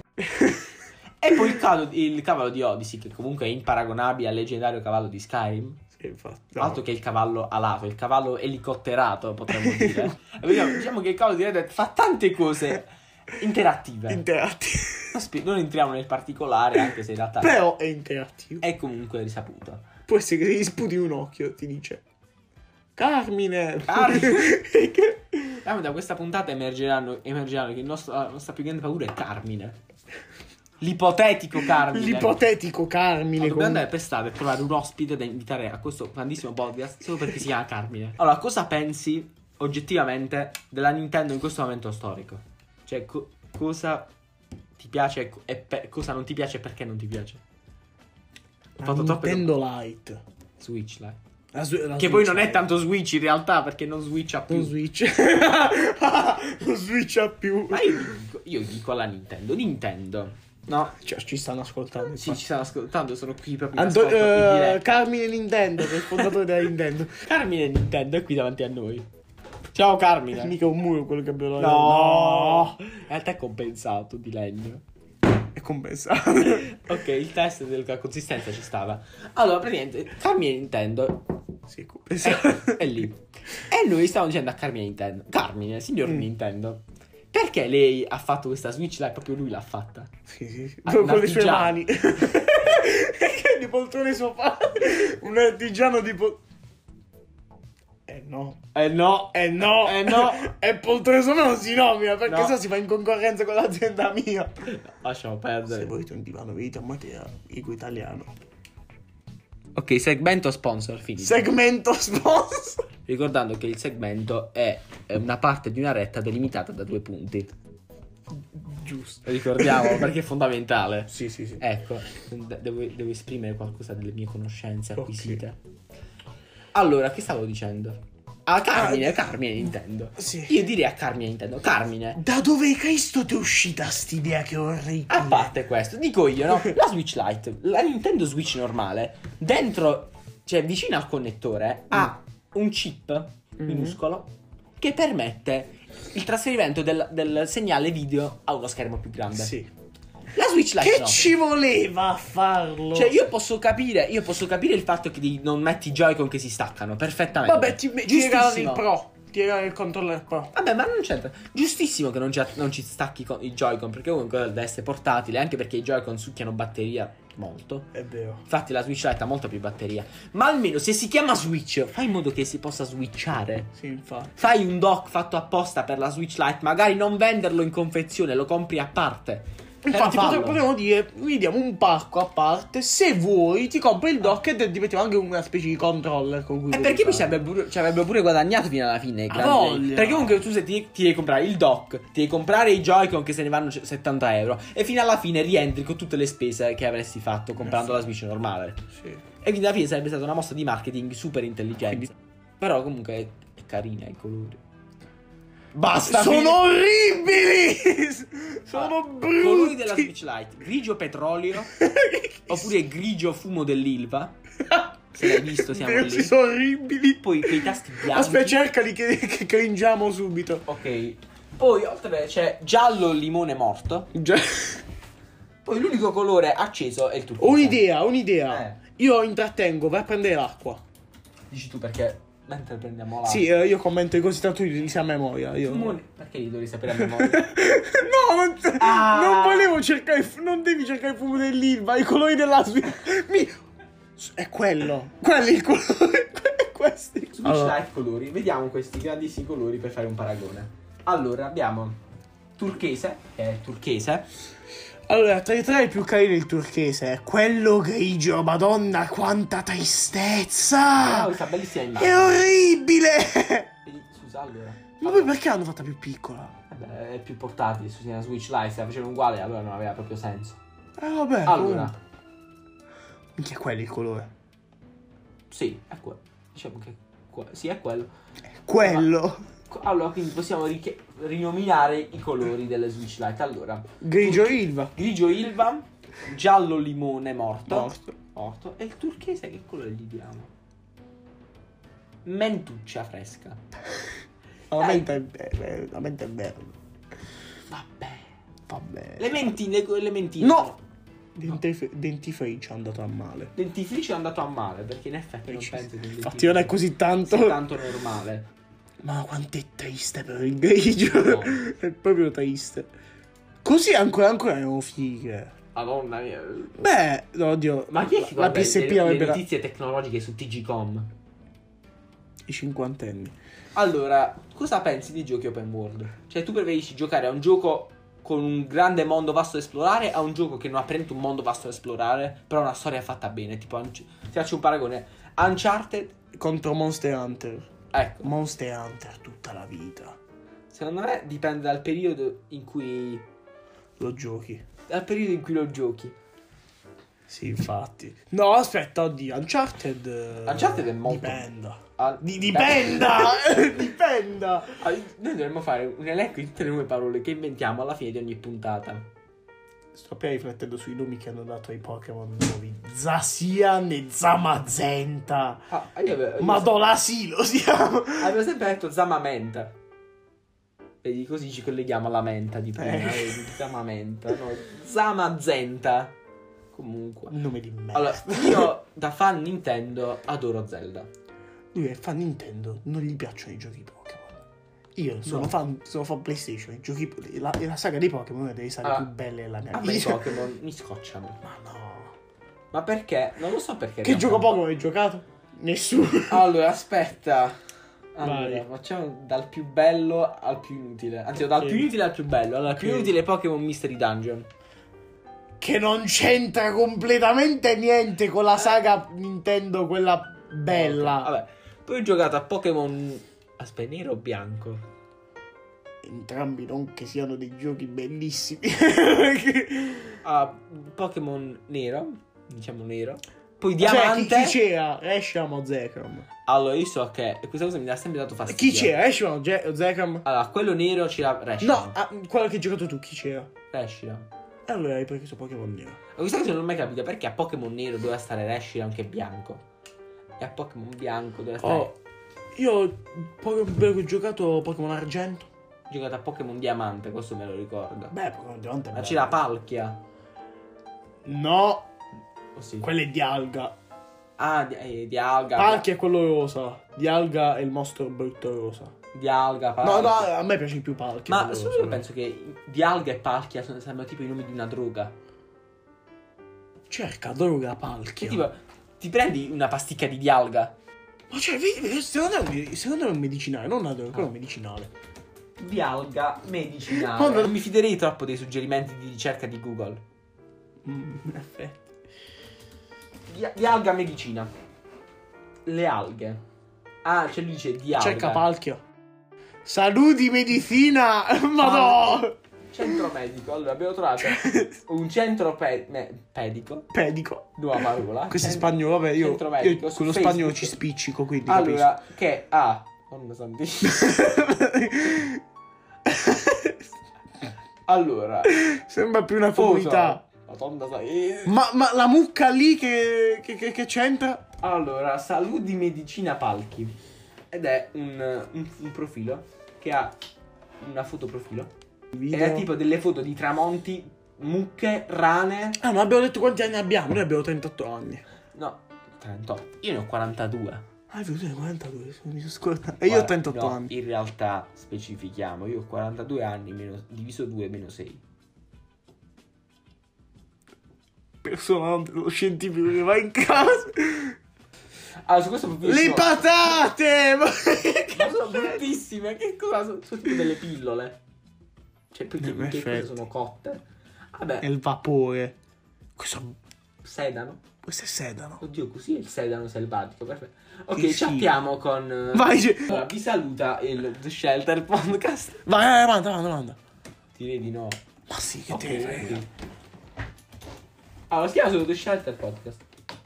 S1: e poi il cavallo, il cavallo di Odyssey, che comunque è imparagonabile al leggendario cavallo di Skyrim.
S2: Sì, infatti.
S1: Altro che il cavallo alato, il cavallo elicotterato, potremmo dire. Diciamo, diciamo che il cavallo di Red Dead fa tante cose interattive.
S2: Interattivo.
S1: Non spi- non entriamo nel particolare, anche se in realtà
S2: Però è interattivo.
S1: è comunque risaputo.
S2: Può essere che se gli sputi un occhio ti dice Carmine.
S1: Carmine.
S2: Che-
S1: Ah, da questa puntata emergeranno, emergeranno che il nostro- la nostra più grande paura è Carmine. L'ipotetico Carmine.
S2: L'ipotetico Carmine.
S1: Dobbiamo
S2: con-
S1: andare per strada per trovare un ospite da invitare a questo grandissimo podcast solo perché si chiama Carmine. Allora, cosa pensi oggettivamente della Nintendo in questo momento storico? Cioè, co- cosa ti piace e co- e pe- cosa non ti piace e perché non ti piace? Ho
S2: La
S1: fatto troppe
S2: Nintendo Lite.
S1: Switch, dai.
S2: La Swi- la
S1: Che
S2: Switch
S1: poi non è
S2: Lite.
S1: tanto Switch in realtà perché non switcha più.
S2: Non Switch. Non switcha più.
S1: Ma io dico, io dico alla Nintendo, Nintendo, no?
S2: Cioè, ci stanno ascoltando.
S1: Sì,
S2: infatti.
S1: ci stanno ascoltando, sono qui proprio in
S2: Anto-
S1: ascolto in
S2: eh,
S1: diretta.
S2: Carmine Nintendo, che è il fondatore della Nintendo.
S1: Carmine Nintendo è qui davanti a noi. Ciao Carmine.
S2: È mica un muro quello che abbiamo.
S1: No, in realtà è compensato di legno.
S2: È compensato.
S1: Ok, il test della consistenza ci stava. Allora, praticamente, Carmine Nintendo
S2: Sì, è
S1: è,
S2: compensato.
S1: è lì. E noi stavamo dicendo a Carmine Nintendo, Carmine, signor
S2: Mm.
S1: Nintendo, perché lei ha fatto questa Switch Lite? Proprio lui l'ha fatta.
S2: Sì, sì, sì.
S1: Ah,
S2: Con
S1: un
S2: le sue
S1: artigiano.
S2: mani. Che di poltrone sopra. Un artigiano di pol- Eh no.
S1: Eh no,
S2: Eh no.
S1: Eh no.
S2: E poltrone sopra non si nomina, perché
S1: No.
S2: se si fa in concorrenza con l'azienda mia.
S1: lasciamo
S2: Se
S1: perdere.
S2: volete un divano vita, ma te Igo italiano.
S1: Ok, segmento sponsor finito.
S2: Segmento sponsor.
S1: Ricordando che il segmento è è una parte di una retta delimitata da due punti.
S2: Giusto.
S1: Ricordiamo perché è fondamentale.
S2: Sì, sì, sì.
S1: Ecco, de- devo, devo esprimere qualcosa delle mie conoscenze
S2: Ok.
S1: acquisite. Allora, che stavo dicendo? Ah, Carmine, Carmine Nintendo.
S2: Sì.
S1: Io direi a Carmine Nintendo, Carmine,
S2: Da dove Cristo ti è uscita st'idea che orribile?
S1: a parte questo, dico io, no? La Switch Lite, la Nintendo Switch normale, dentro, cioè vicino al connettore, ha un chip minuscolo che permette il trasferimento del, del segnale video a uno schermo più grande.
S2: Sì.
S1: La Switch Lite
S2: Che
S1: no.
S2: ci voleva a farlo?
S1: Cioè io posso capire, io posso capire il fatto che di- non metti i Joy-Con che si staccano perfettamente.
S2: Vabbè, ti, ti regalano il
S1: Giustissimo.
S2: Pro. Ti regalano il controller Pro.
S1: Vabbè, ma non c'entra. Giustissimo che non ci, non ci stacchi con i Joy-Con, perché comunque deve essere portatile, anche perché i Joy-Con succhiano batteria molto.
S2: È vero.
S1: Infatti la Switch Lite ha molta più batteria. Ma almeno se si chiama Switch, fai in modo che si possa switchare.
S2: Sì, infatti.
S1: Fai un dock fatto apposta per la Switch Lite, magari non venderlo in confezione, lo compri a parte.
S2: Infatti
S1: Però
S2: potre-
S1: fallo.
S2: potremmo dire, vi diamo un pacco a parte, se vuoi ti compri il dock e ti mettiamo anche una specie di controller con cui
S1: E
S2: puoi
S1: perché mi
S2: giocare.
S1: ci avrebbero, ci avrebbero pure guadagnato fino alla fine. i
S2: Ha
S1: grandi-
S2: voglia.
S1: Perché comunque tu se ti, ti devi comprare il dock, ti devi comprare i Joy-Con che se ne vanno c- settanta euro. E fino alla fine rientri con tutte le spese che avresti fatto comprando la Switch normale.
S2: Sì.
S1: E quindi alla fine sarebbe stata una mossa di marketing super intelligente. Però comunque è, è carina i colori. Basta.
S2: Sono
S1: fine-
S2: orribili! Sono
S1: Ah,
S2: brutti!
S1: colori della Switch Lite: grigio petrolio oppure grigio fumo dell'Ilva. Se l'hai visto siamo
S2: Questi
S1: lì.
S2: sono orribili.
S1: Poi quei tasti bianchi.
S2: Aspetta, cercali che, che cringiamo subito.
S1: Ok. Poi oltre c'è giallo limone morto.
S2: Già.
S1: Poi l'unico colore acceso è il turchese.
S2: Ho un'idea, ho un'idea.
S1: Eh.
S2: Io intrattengo, vai a prendere l'acqua.
S1: Dici tu perché mentre prendiamo la
S2: Sì, eh, io commento i così tanto li sai a memoria. Io...
S1: Limone- Perché li dovrei sapere a memoria?
S2: No, non,
S1: Ah.
S2: non volevo cercare. il fu- Non devi cercare il fumo dell'Ilva, i colori della Switch. Mi... È quello. Quello è il colore. È questi.
S1: Switch
S2: Allora,
S1: Lite colori. Vediamo questi grandissimi colori per fare un paragone. Allora abbiamo turchese, che è turchese.
S2: allora, tra i tre il più carino è il turchese. Quello grigio, madonna, quanta tristezza.
S1: Ah, questa bellissima
S2: È
S1: immagine.
S2: orribile.
S1: Vedi, Scusa, allora.
S2: Ma poi perché l'hanno fatta più piccola?
S1: Vabbè, è più portatile, su una Switch Lite, se la facevano uguale allora non aveva proprio senso.
S2: Eh vabbè.
S1: Allora,
S2: comunque. Minchia, quello è il colore.
S1: sì, è quello. Diciamo che que- sì, è quello.
S2: Quello.
S1: Allora, quindi possiamo richi- rinominare i colori delle Switch Lite. Allora,
S2: Grigio Ilva.
S1: grigio Ilva, giallo limone morto,
S2: Morto.
S1: morto, e il turchese che colore gli diamo? Mentuccia fresca.
S2: La mente è, è, la mente è verde.
S1: Vabbè.
S2: Vabbè.
S1: Le mentine, le mentine.
S2: No! Dentif- dentifricio è andato a male.
S1: Dentifricio è andato a male, perché in effetti non penso che il
S2: Infatti non è così tanto.
S1: sia tanto normale.
S2: Ma quanto è triste per il grigio.
S1: No.
S2: È proprio triste. Così ancora ancora erano fighe.
S1: Madonna mia.
S2: Beh, no, oddio.
S1: Ma chi è che
S2: la
S1: guarda
S2: P S P
S1: le, le
S2: avrebbe la-
S1: notizie tecnologiche su T G Com?
S2: i cinquantenni.
S1: Allora, cosa pensi di giochi open world? Cioè, tu preferisci giocare a un gioco con un grande mondo vasto da esplorare, a un gioco che non ha per niente un mondo vasto da esplorare, però una storia fatta bene? Tipo, Unch- ti faccio un paragone. Uncharted,
S2: Contro Monster Hunter.
S1: ecco,
S2: Monster Hunter tutta la vita.
S1: secondo me dipende dal periodo in cui
S2: Lo giochi.
S1: dal periodo in cui lo giochi.
S2: Sì, infatti. No, aspetta, oddio, Uncharted... eh,
S1: Uncharted è molto...
S2: Dipenda.
S1: Ah,
S2: Di-
S1: beh.
S2: dipenda! Dipenda!
S1: Ah, noi dovremmo fare un elenco di tutte le nuove parole che inventiamo alla fine di ogni puntata.
S2: Sto appena riflettendo sui nomi che hanno dato ai Pokémon nuovi. Zacian e Zamazenta.
S1: Ah, io avevo, io
S2: Madonna, sì, lo siamo.
S1: avevo sempre detto Zamamenta. Vedi, così ci colleghiamo alla menta di prima.
S2: Eh.
S1: Vedi, Zamamenta, no, Zamazenta. Comunque.
S2: Un nome di merda.
S1: Allora, io da fan Nintendo adoro Zelda.
S2: Lui è fan Nintendo, non gli piacciono i giochi Pokémon. Io sono,
S1: No.
S2: fan, sono fan PlayStation. I giochi, la, la saga dei Pokémon è una delle saghe
S1: Ah.
S2: più belle della mia
S1: A me i
S2: vita.
S1: Pokémon mi scocciano.
S2: Ma no.
S1: Ma perché? Non lo so perché.
S2: Che
S1: in
S2: gioco
S1: realtà.
S2: Pokémon hai giocato? Nessuno.
S1: Allora, aspetta. Allora,
S2: Vai.
S1: facciamo dal più bello al più inutile. Anzi, dal
S2: Ok.
S1: più inutile al più bello. Allora, il più
S2: Ok.
S1: inutile è Pokémon Mystery Dungeon.
S2: Che non c'entra completamente niente con la saga Nintendo, quella bella.
S1: Vabbè, poi ho giocato a Pokémon. Aspetta, nero o bianco?
S2: Entrambi non che siano dei giochi bellissimi.
S1: A Pokémon nero. Diciamo nero. Poi
S2: Cioè, chi,
S1: diamante.
S2: chi c'era? Reshiram o Zekrom?
S1: Allora, io so che questa cosa mi dà sempre dato fastidio.
S2: Chi c'era? Reshiram o Ge- o Zekrom?
S1: Allora, quello nero c'era Reshiram.
S2: No, ah, quello che hai giocato tu, chi c'era?
S1: Reshiram.
S2: E allora hai preso Pokémon nero.
S1: Ma questa cosa non ho mai capito perché a Pokémon nero doveva stare Reshiram che è bianco. E a Pokémon bianco doveva stare.
S2: Oh, io Pokémon quello che ho giocato Pokémon Argento.
S1: Ho giocato a Pokémon Diamante, questo me lo ricordo.
S2: Beh, Pokémon Diamante è
S1: Ma
S2: bello.
S1: c'era Palkia.
S2: No,
S1: Oh sì.
S2: quello è di Alga.
S1: Ah, di, eh, di Alga.
S2: Palkia è quello rosa. Di Alga è il mostro brutto rosa.
S1: Di Alga,
S2: No,
S1: Palkia.
S2: no, a me piace più Palkia.
S1: Ma
S2: quello
S1: solo
S2: rosa.
S1: io penso che di Alga e Palkia sono, sembrano tipo i nomi di una droga.
S2: Cerca droga
S1: Che
S2: Palkia.
S1: tipo, ti prendi una pasticca di Dialga?
S2: Ma cioè, vedi, secondo me, secondo me è un medicinale, non una droga, quello è un medicinale.
S1: Dialga medicinale.
S2: Oh, no.
S1: Non mi fiderei troppo dei suggerimenti di ricerca di Google.
S2: Mm, in effetti.
S1: Di, Dialga medicina. Le alghe. Ah, cioè lui dice Dialga.
S2: Cerca Palkia. Saluti medicina! Ma no!
S1: Centro medico. Allora, abbiamo trovato un centro pe- me- pedico.
S2: Pedico.
S1: Nuova parola.
S2: Questo è
S1: Cent-
S2: spagnolo, vabbè, io,
S1: centro medico
S2: io
S1: su
S2: con lo
S1: Facebook.
S2: spagnolo ci spiccico, quindi
S1: Allora, che ha... Madonna santissima. Allora,
S2: capisco. Sembra più una comunità.
S1: Madonna santissima.
S2: Ma, ma la mucca lì che, che, che, che c'entra?
S1: Allora, Saluti Medicina Palchi. Ed è un, un, un profilo che ha una foto profilo. Ed è tipo delle foto di tramonti, mucche, rane.
S2: Ah, ma abbiamo detto quanti anni abbiamo? Noi abbiamo trentotto anni.
S1: No, trentotto. Io ne ho quarantadue.
S2: Ah, tu hai quarantadue, mi sono scordato. E io ho trentotto
S1: No,
S2: anni.
S1: in realtà specifichiamo, io ho quarantadue anni meno, diviso due meno sei.
S2: Personale, lo scientifico che va in casa.
S1: Allora, su questo profilo
S2: Le
S1: sono,
S2: patate! Ma
S1: ma sono bruttissime. Che cosa sono? Sono tipo delle pillole. Cioè, perché
S2: In
S1: che cose
S2: effetti.
S1: sono cotte. Vabbè,
S2: È il vapore. Questo,
S1: sedano.
S2: questo è sedano.
S1: Oddio, così è il sedano selvatico. Perfetto. Ok,
S2: Che schifo.
S1: chattiamo con. eh,
S2: Vai, ce-
S1: Allora, vi saluta il The Shelter Podcast.
S2: vai, vai, avanti, avanti, avanti.
S1: Direi di no.
S2: Ma sì, che
S1: Ok,
S2: te ne frega.
S1: ok. Allora, si chiama solo The Shelter Podcast.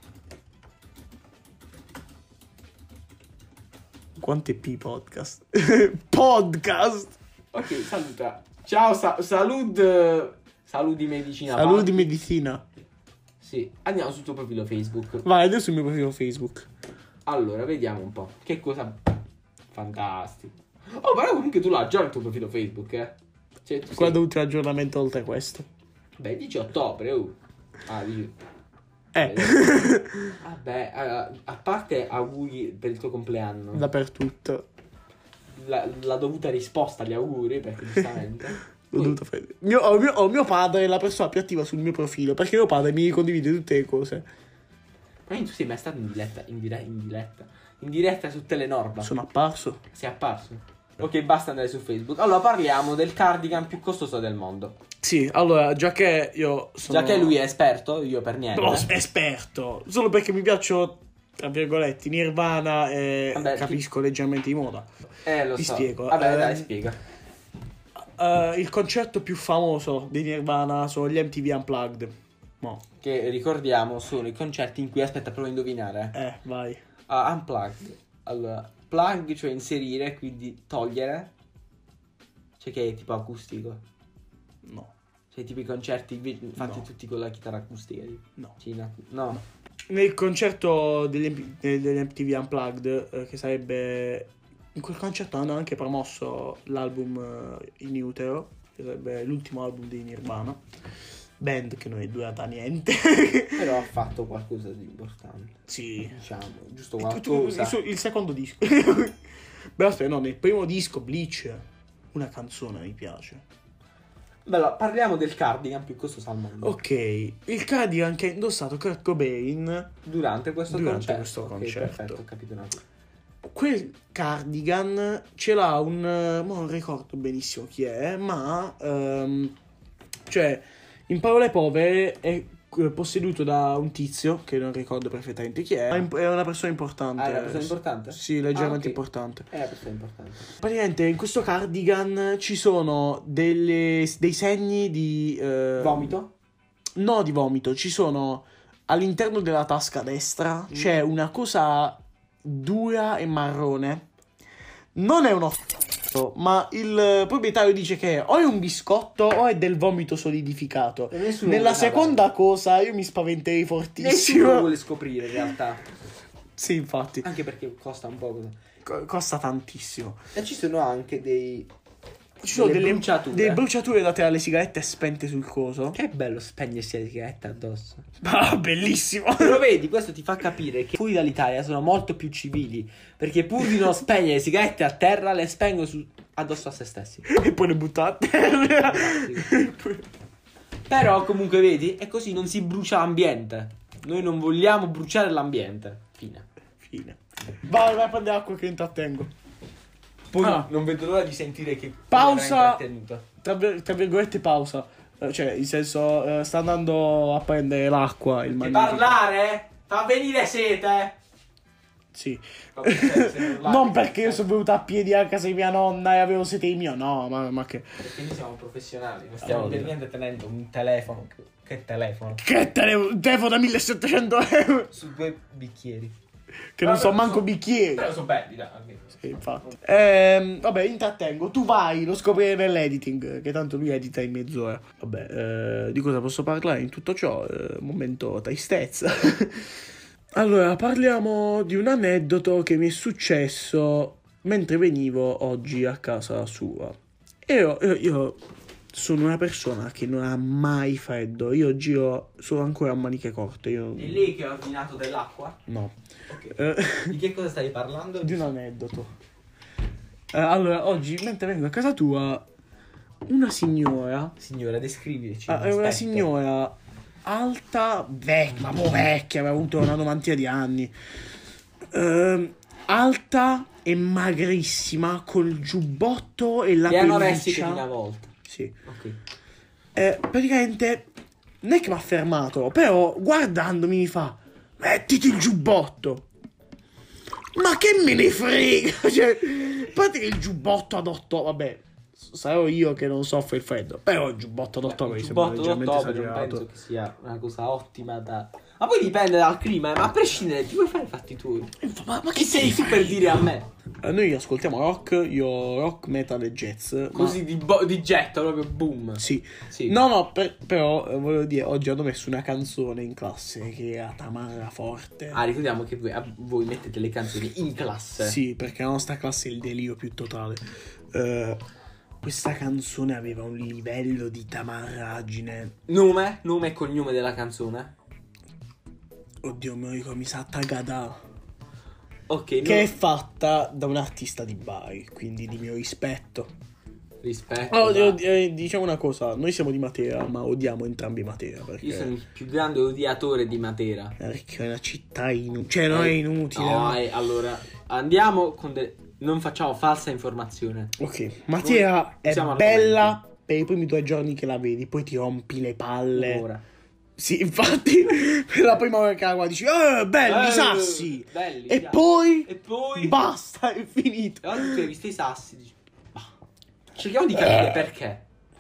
S2: Quante P podcast? Podcast!
S1: Ok, saluta. Ciao, sa- salud. eh, Saludi medicina.
S2: Saluti
S1: Palchi.
S2: medicina.
S1: Sì, andiamo sul tuo profilo Facebook.
S2: Vai, adesso il mio profilo Facebook.
S1: Allora, vediamo un po'. Che cosa. Fantastico. Oh, però comunque tu l'hai già il tuo profilo Facebook, eh. Cioè, tu sei-
S2: Quando ultimo aggiornamento oltre questo?
S1: Beh, dici ottobre, oh. Ah, dici.
S2: Eh,
S1: Vabbè, a, a parte auguri per il tuo compleanno.
S2: dappertutto.
S1: La, la dovuta risposta agli auguri, perché giustamente.
S2: L'ho
S1: Poi-
S2: dovuto fare. Mio, ho, mio, ho mio padre è la persona più attiva sul mio profilo. Perché mio padre mi condivide tutte le cose.
S1: Ma tu sei mai stato in diretta? In, dire- in diretta? In diretta su Telenorba?
S2: Sono apparso.
S1: Sei apparso? Ok, basta andare su Facebook. Allora parliamo del cardigan più costoso del mondo.
S2: Sì, allora, già che io sono...
S1: Già che lui è esperto, io per niente.
S2: No, esperto. Solo perché mi piacciono, tra virgolette, Nirvana e
S1: Vabbè,
S2: capisco leggermente di moda.
S1: Eh, lo
S2: Vi
S1: so.
S2: spiego.
S1: Vabbè,
S2: Ehm,
S1: dai, spiega.
S2: Eh, il concerto più famoso di Nirvana sono gli M T V Unplugged. No.
S1: Che ricordiamo sono i concerti in cui, aspetta, provo a indovinare.
S2: Eh, vai.
S1: Ah, unplugged. Allora, plug, cioè inserire, quindi togliere. Cioè che è tipo acustico.
S2: No.
S1: Cioè tipo i concerti vi- fatti
S2: No.
S1: tutti con la chitarra acustica.
S2: No.
S1: Cina. No.
S2: Nel concerto degli, degli M T V Unplugged, eh, che sarebbe... In quel concerto hanno anche promosso l'album eh, In Utero, che sarebbe l'ultimo album di Nirvana. Band che non è durata niente.
S1: Però ha fatto qualcosa di importante.
S2: Sì.
S1: Diciamo, giusto
S2: Tu-
S1: qualcosa.
S2: il, suo- il secondo disco. Beh, aspetta, no, nel primo disco, Bleach, una canzone mi piace.
S1: Bella, parliamo del cardigan più costoso al mondo.
S2: Ok, il cardigan che ha indossato Kurt Cobain
S1: Durante questo
S2: Durante
S1: concerto.
S2: questo
S1: Ok,
S2: concerto.
S1: perfetto, ho capito una cosa.
S2: quel cardigan ce l'ha un... ma non ricordo benissimo chi è, ma... ehm, cioè, in parole povere è eh, posseduto da un tizio, che non ricordo perfettamente chi è, ma imp- è una persona importante.
S1: Ah, è una persona importante?
S2: Sì, leggermente
S1: Ah, ok.
S2: importante.
S1: È una persona importante.
S2: Praticamente in questo cardigan ci sono delle, dei segni di... eh,
S1: Vomito?
S2: No, di vomito. Ci sono all'interno della tasca destra
S1: Mm.
S2: c'è una cosa dura e marrone. Non è uno f***o, ma il proprietario dice che o è un biscotto o è del vomito solidificato.
S1: E nessuno
S2: Nella
S1: vuole
S2: seconda
S1: parlare.
S2: cosa io mi spaventerei
S1: Nessuno
S2: fortissimo.
S1: vuole scoprire in realtà.
S2: Sì, infatti.
S1: Anche perché costa un po'.
S2: Co- costa tantissimo.
S1: E ci sono anche dei...
S2: Ci sono
S1: Delle
S2: delle
S1: bruciature.
S2: delle bruciature date alle sigarette spente sul coso.
S1: Che bello spegnersi la sigaretta addosso.
S2: Ah, bellissimo.
S1: Lo vedi, questo ti fa capire che fuori dall'Italia sono molto più civili. Perché pur di non spegnere le sigarette a terra, le spengono su- addosso a se stessi.
S2: E poi le butta a terra.
S1: Però comunque vedi, è così, non si brucia l'ambiente. Noi non vogliamo bruciare l'ambiente. Fine.
S2: Fine. Vai, vai a prendere acqua che intrattengo.
S1: Poi
S2: Ah.
S1: non vedo l'ora di sentire che
S2: Pausa.
S1: era intrattenuto.
S2: Tra, vir- tra virgolette pausa. Eh, Cioè, in senso, eh, sta andando a prendere l'acqua il
S1: Che
S2: magnifico.
S1: parlare fa venire sete.
S2: Sì.
S1: Vabbè, se non la-
S2: Non perché io sono venuto a piedi a casa di mia nonna e avevo sete mio, no, ma, ma che...
S1: Perché noi siamo professionali, non stiamo
S2: Oh,
S1: per
S2: Dio.
S1: niente tenendo un telefono. Che, che telefono?
S2: Che telefono, un telefono da millesettecento euro.
S1: Su due bicchieri.
S2: Che non
S1: Vabbè,
S2: so manco
S1: sono-
S2: bicchieri.
S1: Però sono belli, dai. almeno.
S2: Sì, infatti. Ehm, vabbè, intrattengo. Tu vai, lo scoprire nell'editing, che tanto lui edita in mezz'ora. Vabbè, eh, di cosa posso parlare in tutto ciò? Eh, momento tristezza. Allora, parliamo di un aneddoto che mi è successo mentre venivo oggi a casa sua. Io, io, io sono una persona che non ha mai freddo. Io giro sono ancora a maniche corte. Io...
S1: È lei che ha ordinato dell'acqua?
S2: No.
S1: Ok.
S2: Eh,
S1: Di che cosa stai parlando?
S2: di un aneddoto. Eh, allora, oggi, mentre vengo a casa tua, una signora...
S1: Signora, descrivici.
S2: Ah, è una
S1: aspetta.
S2: signora alta, vecchia, ma vecchia, aveva avuto una novantina di anni. Ehm, alta e magrissima, col giubbotto e la
S1: Le anoressiche
S2: pelliccia.
S1: di una volta.
S2: Sì.
S1: Ok.
S2: Eh, praticamente, non è che mi ha fermato, però guardandomi mi fa, mettiti il giubbotto. Ma che me ne frega? Cioè, a parte che il giubbotto ad otto, vabbè, sarò io che non soffro il freddo, però il giubbotto ad ottobre mi
S1: Il
S2: sembra
S1: giubbotto
S2: leggermente
S1: d'ottobre non
S2: esagerato.
S1: penso che sia una cosa ottima da... Ma poi dipende dal clima, eh, ma a prescindere ti vuoi fare i fatti tuoi.
S2: Ma, ma
S1: Chi sei tu per dire a me?
S2: Eh, Noi ascoltiamo rock, io rock, metal e jazz. ma-
S1: Così di, bo- di getto, proprio boom.
S2: Sì.
S1: Sì.
S2: No, no, per- però eh, volevo dire, oggi hanno messo una canzone in classe che era Tamara Forte.
S1: Ah, ricordiamo che voi, a- voi mettete le canzoni in classe.
S2: Sì, perché la nostra classe è il delirio più totale. Eh, questa canzone aveva un livello di tamarragine.
S1: Nome? Nome e cognome della canzone?
S2: Oddio mio, dico, mi sa Tagada.
S1: Ok,
S2: Che
S1: no-
S2: è fatta da un artista di Bari, quindi di mio rispetto.
S1: rispetto.
S2: Oh,
S1: ma-
S2: eh, diciamo una cosa, noi siamo di Matera, ma odiamo entrambi Matera perché
S1: Io sono il più grande odiatore di Matera.
S2: perché è una città inutile, cioè non è inutile.
S1: No,
S2: no?
S1: eh, allora andiamo con de- non facciamo falsa informazione.
S2: Ok, Matera è
S1: siamo
S2: bella per i primi due giorni che la vedi, poi ti rompi le palle.
S1: Ora.
S2: Sì, infatti, per la prima volta che la guardi dici, eh, belli
S1: Eh,
S2: sassi.
S1: belli,
S2: e
S1: piace.
S2: poi,
S1: E poi
S2: basta, è finito.
S1: E oggi tu hai visto i sassi, dici, bah. Cerchiamo di capire
S2: Eh.
S1: perché.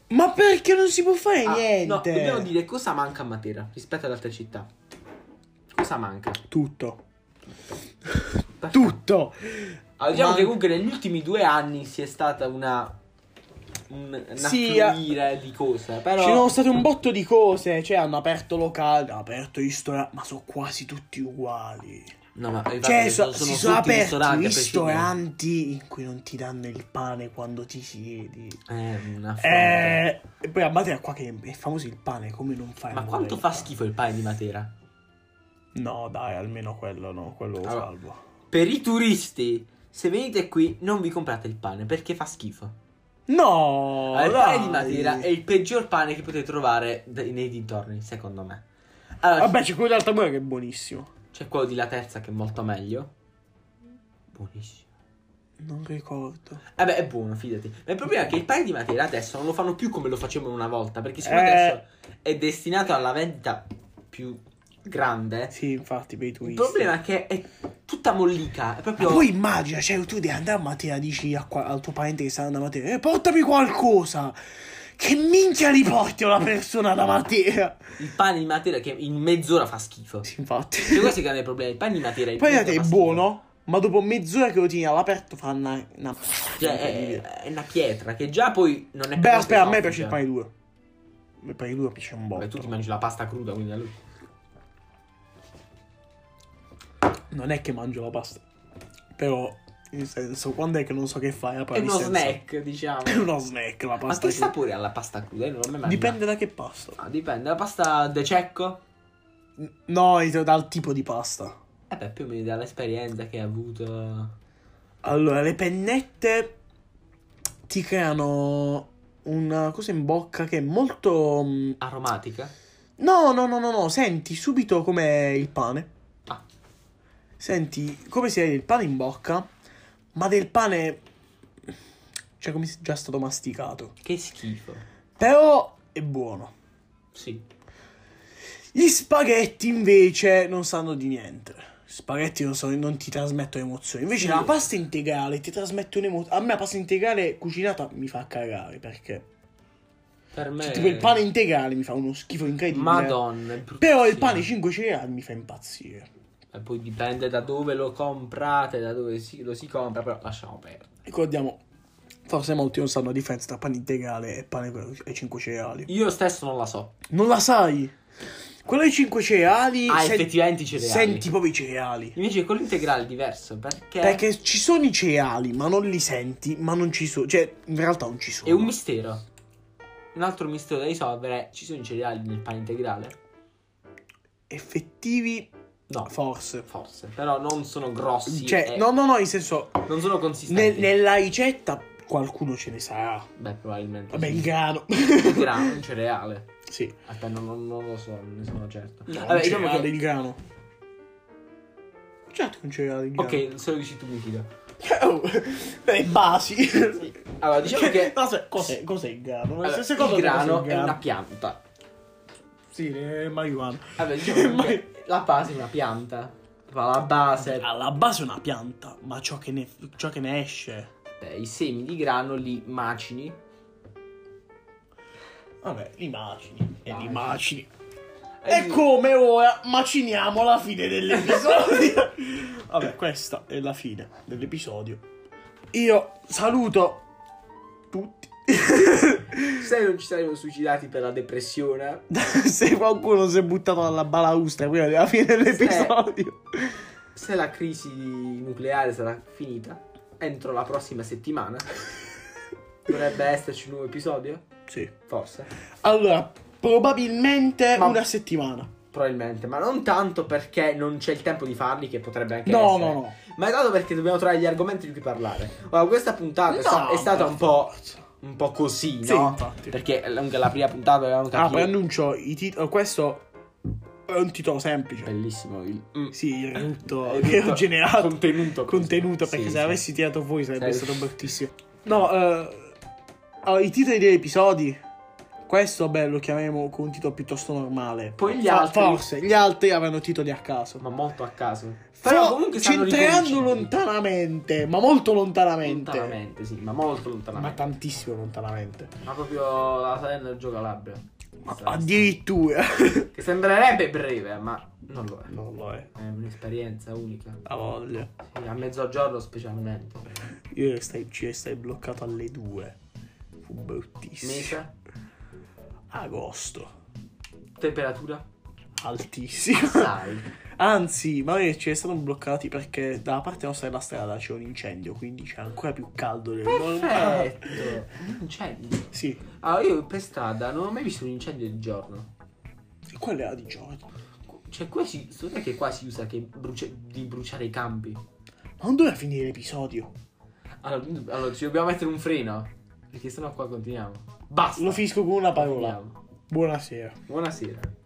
S2: Ma perché non si può fare
S1: Ah,
S2: niente?
S1: no, dobbiamo dire cosa manca a Matera rispetto ad altre città. Cosa manca?
S2: Tutto.
S1: Perfetto.
S2: Tutto.
S1: Allora, diciamo
S2: Man-
S1: che comunque negli ultimi due anni sia stata una un, un
S2: Sì,
S1: affluire di cose, però
S2: Ci sono state un botto di cose. Cioè, hanno aperto locali, hanno aperto ristoranti, ma sono quasi tutti uguali.
S1: no, ma infatti
S2: Cioè,
S1: sono,
S2: so-
S1: sono
S2: si sono
S1: tutti
S2: aperti
S1: ristoranti a
S2: ristoranti in cui non ti danno il pane quando ti siedi.
S1: prescindere. Eh, una affronta.
S2: Eh, e poi a Matera qua che è famoso il pane, come non fai?
S1: Ma
S2: a
S1: quanto
S2: volere
S1: fa
S2: il pane?
S1: schifo il pane di Matera?
S2: No, dai, almeno quello no, quello lo
S1: Allora,
S2: salvo.
S1: Per i turisti, se venite qui non vi comprate il pane perché fa schifo.
S2: No,
S1: Allora, il
S2: dai.
S1: pane di Matera è il peggior pane che potete trovare d- nei dintorni, secondo me. Allora,
S2: Vabbè, c'è quello di Altamura che è buonissimo.
S1: c'è quello di La Terza che è molto meglio. Buonissimo.
S2: Non ricordo.
S1: Eh beh, è buono, fidati. Ma il problema è che il pane di Matera adesso non lo fanno più come lo facevano una volta, perché siccome
S2: Eh.
S1: adesso è destinato alla vendita più grande,
S2: Sì, infatti, per i
S1: il
S2: turisti.
S1: problema è che è tutta mollica, è proprio...
S2: Ma poi immagina, cioè tu devi andare a Matera, dici a qua- al tuo parente che sta andando a Matera, eh, portami qualcosa. Che minchia li porti una persona da Matera?
S1: Il pane di Matera che in mezz'ora fa schifo.
S2: Sì, infatti.
S1: Cioè, questo che è il problema. Il pane di Matera in
S2: Poi
S1: mezz'ora
S2: è
S1: fa schifo.
S2: buono, ma dopo mezz'ora che lo tieni all'aperto fa una... una...
S1: Cioè, è, è una pietra che già poi non è
S2: Beh, aspetta, a me
S1: soffice.
S2: piace il pane duro. Il pane duro piace un
S1: Vabbè, tu
S2: botto.
S1: ti mangi la pasta cruda, quindi a lui.
S2: Non è che mangio la pasta. Però, nel senso, quando è che non so che fai?
S1: È uno snack, diciamo.
S2: È uno snack la
S1: Ma
S2: pasta.
S1: che
S2: che-
S1: sapore ha la pasta cruda? Io non l'ho mai mangiata.
S2: Dipende da che pasta.
S1: Ah, dipende. La pasta de cecco?
S2: No, dal tipo di pasta.
S1: Eh beh, più o meno dall'esperienza che hai avuto.
S2: Allora, le pennette ti creano una cosa in bocca che è molto... mm,
S1: Aromatica?
S2: No, no, no, no, no, senti subito come il pane.
S1: Ah.
S2: Senti come se hai il pane in bocca, ma del pane... Cioè come se è già stato masticato.
S1: Che schifo.
S2: Però è buono.
S1: Sì.
S2: Gli spaghetti invece non sanno di niente. Spaghetti non, so, non ti trasmettono emozioni. Invece
S1: Sì.
S2: la pasta integrale ti trasmette un'emozione. A me la pasta integrale cucinata mi fa cagare perché...
S1: Per me...
S2: Cioè, tipo il pane integrale mi fa uno schifo incredibile.
S1: Madonna, è bruttissimo.
S2: Però il pane cinque cereali mi fa impazzire.
S1: E poi dipende da dove lo comprate, da dove si- lo si compra, però lasciamo perdere.
S2: Ricordiamo, forse molti non sanno la differenza tra pane integrale e pane ai cinque cereali.
S1: Io stesso non la so.
S2: Non la sai? Quello ai cinque cereali...
S1: Ah,
S2: sen-
S1: effettivamente i cereali.
S2: Senti proprio i cereali.
S1: Invece quello integrale è diverso, perché...
S2: Perché ci sono i cereali, ma non li senti, ma non ci sono. Cioè, in realtà non ci sono.
S1: È un mistero. Un altro mistero da risolvere. Ci sono i cereali nel pane integrale?
S2: Effettivi,
S1: No,
S2: forse.
S1: forse. Però non sono grossi.
S2: Cioè,
S1: e
S2: no, no, no, in senso...
S1: non sono consistenti.
S2: nel- nella ricetta qualcuno ce ne sarà.
S1: Beh, probabilmente.
S2: Vabbè,
S1: sì.
S2: il grano.
S1: Il grano, un cereale.
S2: Sì.
S1: Aspetta, non, non- non lo so, non ne sono certo.
S2: No,
S1: Vabbè,
S2: un
S1: diciamo
S2: cereale
S1: che...
S2: di grano. Certo che un cereale di grano.
S1: Ok, se lo dici tu mi fido.
S2: Oh, le basi.
S1: Allora, diciamo che...
S2: Cos'è, cos'è, cos'è il grano?
S1: Allora,
S2: Se- secondo
S1: il
S2: te cos'è
S1: grano è una pianta.
S2: Sì, è marijuana.
S1: Vabbè, diciamo che la base è una pianta. La base...
S2: Alla base è una pianta, ma ciò che ne, ciò che ne esce...
S1: Beh, i semi di grano li macini.
S2: Vabbè, li macini. E li
S1: Macini.
S2: macini.
S1: E
S2: E come ora maciniamo la fine dell'episodio. Vabbè, questa è la fine dell'episodio. Io saluto tutti.
S1: Se non ci saremmo suicidati per la depressione,
S2: Se qualcuno si è buttato dalla balaustra prima della fine dell'episodio.
S1: se la crisi nucleare sarà finita entro la prossima settimana, dovrebbe esserci un nuovo episodio?
S2: Sì.
S1: Forse.
S2: Allora, probabilmente
S1: Ma-
S2: una settimana.
S1: Probabilmente, ma non tanto perché non c'è il tempo di farli, che potrebbe anche
S2: No,
S1: essere.
S2: no, no.
S1: Ma tanto perché dobbiamo trovare gli argomenti di cui parlare. Ora, questa puntata è, sta-
S2: No,
S1: è stata
S2: per
S1: un po',
S2: forza.
S1: un po' così,
S2: Sì,
S1: no?
S2: infatti.
S1: Perché anche la prima puntata avevamo
S2: Ah,
S1: capito.
S2: poi annuncio i titoli. Questo è un titolo semplice.
S1: Bellissimo il mm.
S2: Sì, il rutto
S1: Il
S2: che ho
S1: rutto
S2: generato.
S1: contenuto.
S2: Contenuto, perché
S1: Sì,
S2: se
S1: sì.
S2: l'avessi tirato fuori sarebbe
S1: Sì.
S2: stato bruttissimo. No, eh, allora, i titoli degli episodi Questo, beh, lo chiamiamo con un titolo piuttosto normale.
S1: Poi gli
S2: Fa-
S1: altri-
S2: Forse, gli altri avranno titoli a caso.
S1: Ma molto a caso.
S2: Però
S1: Però comunque stanno
S2: centrando
S1: riconoscibili.
S2: lontanamente, ma molto lontanamente.
S1: Lontanamente, sì, ma molto
S2: Ma
S1: lontanamente.
S2: tantissimo lontanamente.
S1: Ma proprio la Salerno Reggio Calabria.
S2: Ma addirittura.
S1: Che sembrerebbe breve, ma non lo è.
S2: Non lo è.
S1: È un'esperienza unica.
S2: A voglia.
S1: Sì, a mezzogiorno specialmente.
S2: Io restai, ci restai bloccato alle due. Fu bruttissimo.
S1: Mese,
S2: Agosto.
S1: temperatura,
S2: Altissimo.
S1: sai.
S2: Anzi, ma noi ci siamo bloccati perché dalla parte nostra della strada c'è un incendio, quindi c'è ancora più caldo del normale.
S1: Perfetto. Un incendio.
S2: Sì,
S1: Allora, io per strada non ho mai visto un incendio di giorno.
S2: e quello era di giorno.
S1: Cioè, qua si, non è che qua si usa che brucia- di bruciare i campi.
S2: Ma non doveva finire l'episodio.
S1: Allora, allora, ci dobbiamo mettere un freno. Perché sennò qua continuiamo. Basta.
S2: Lo finisco con una parola.
S1: Continuiamo.
S2: Buonasera.
S1: Buonasera.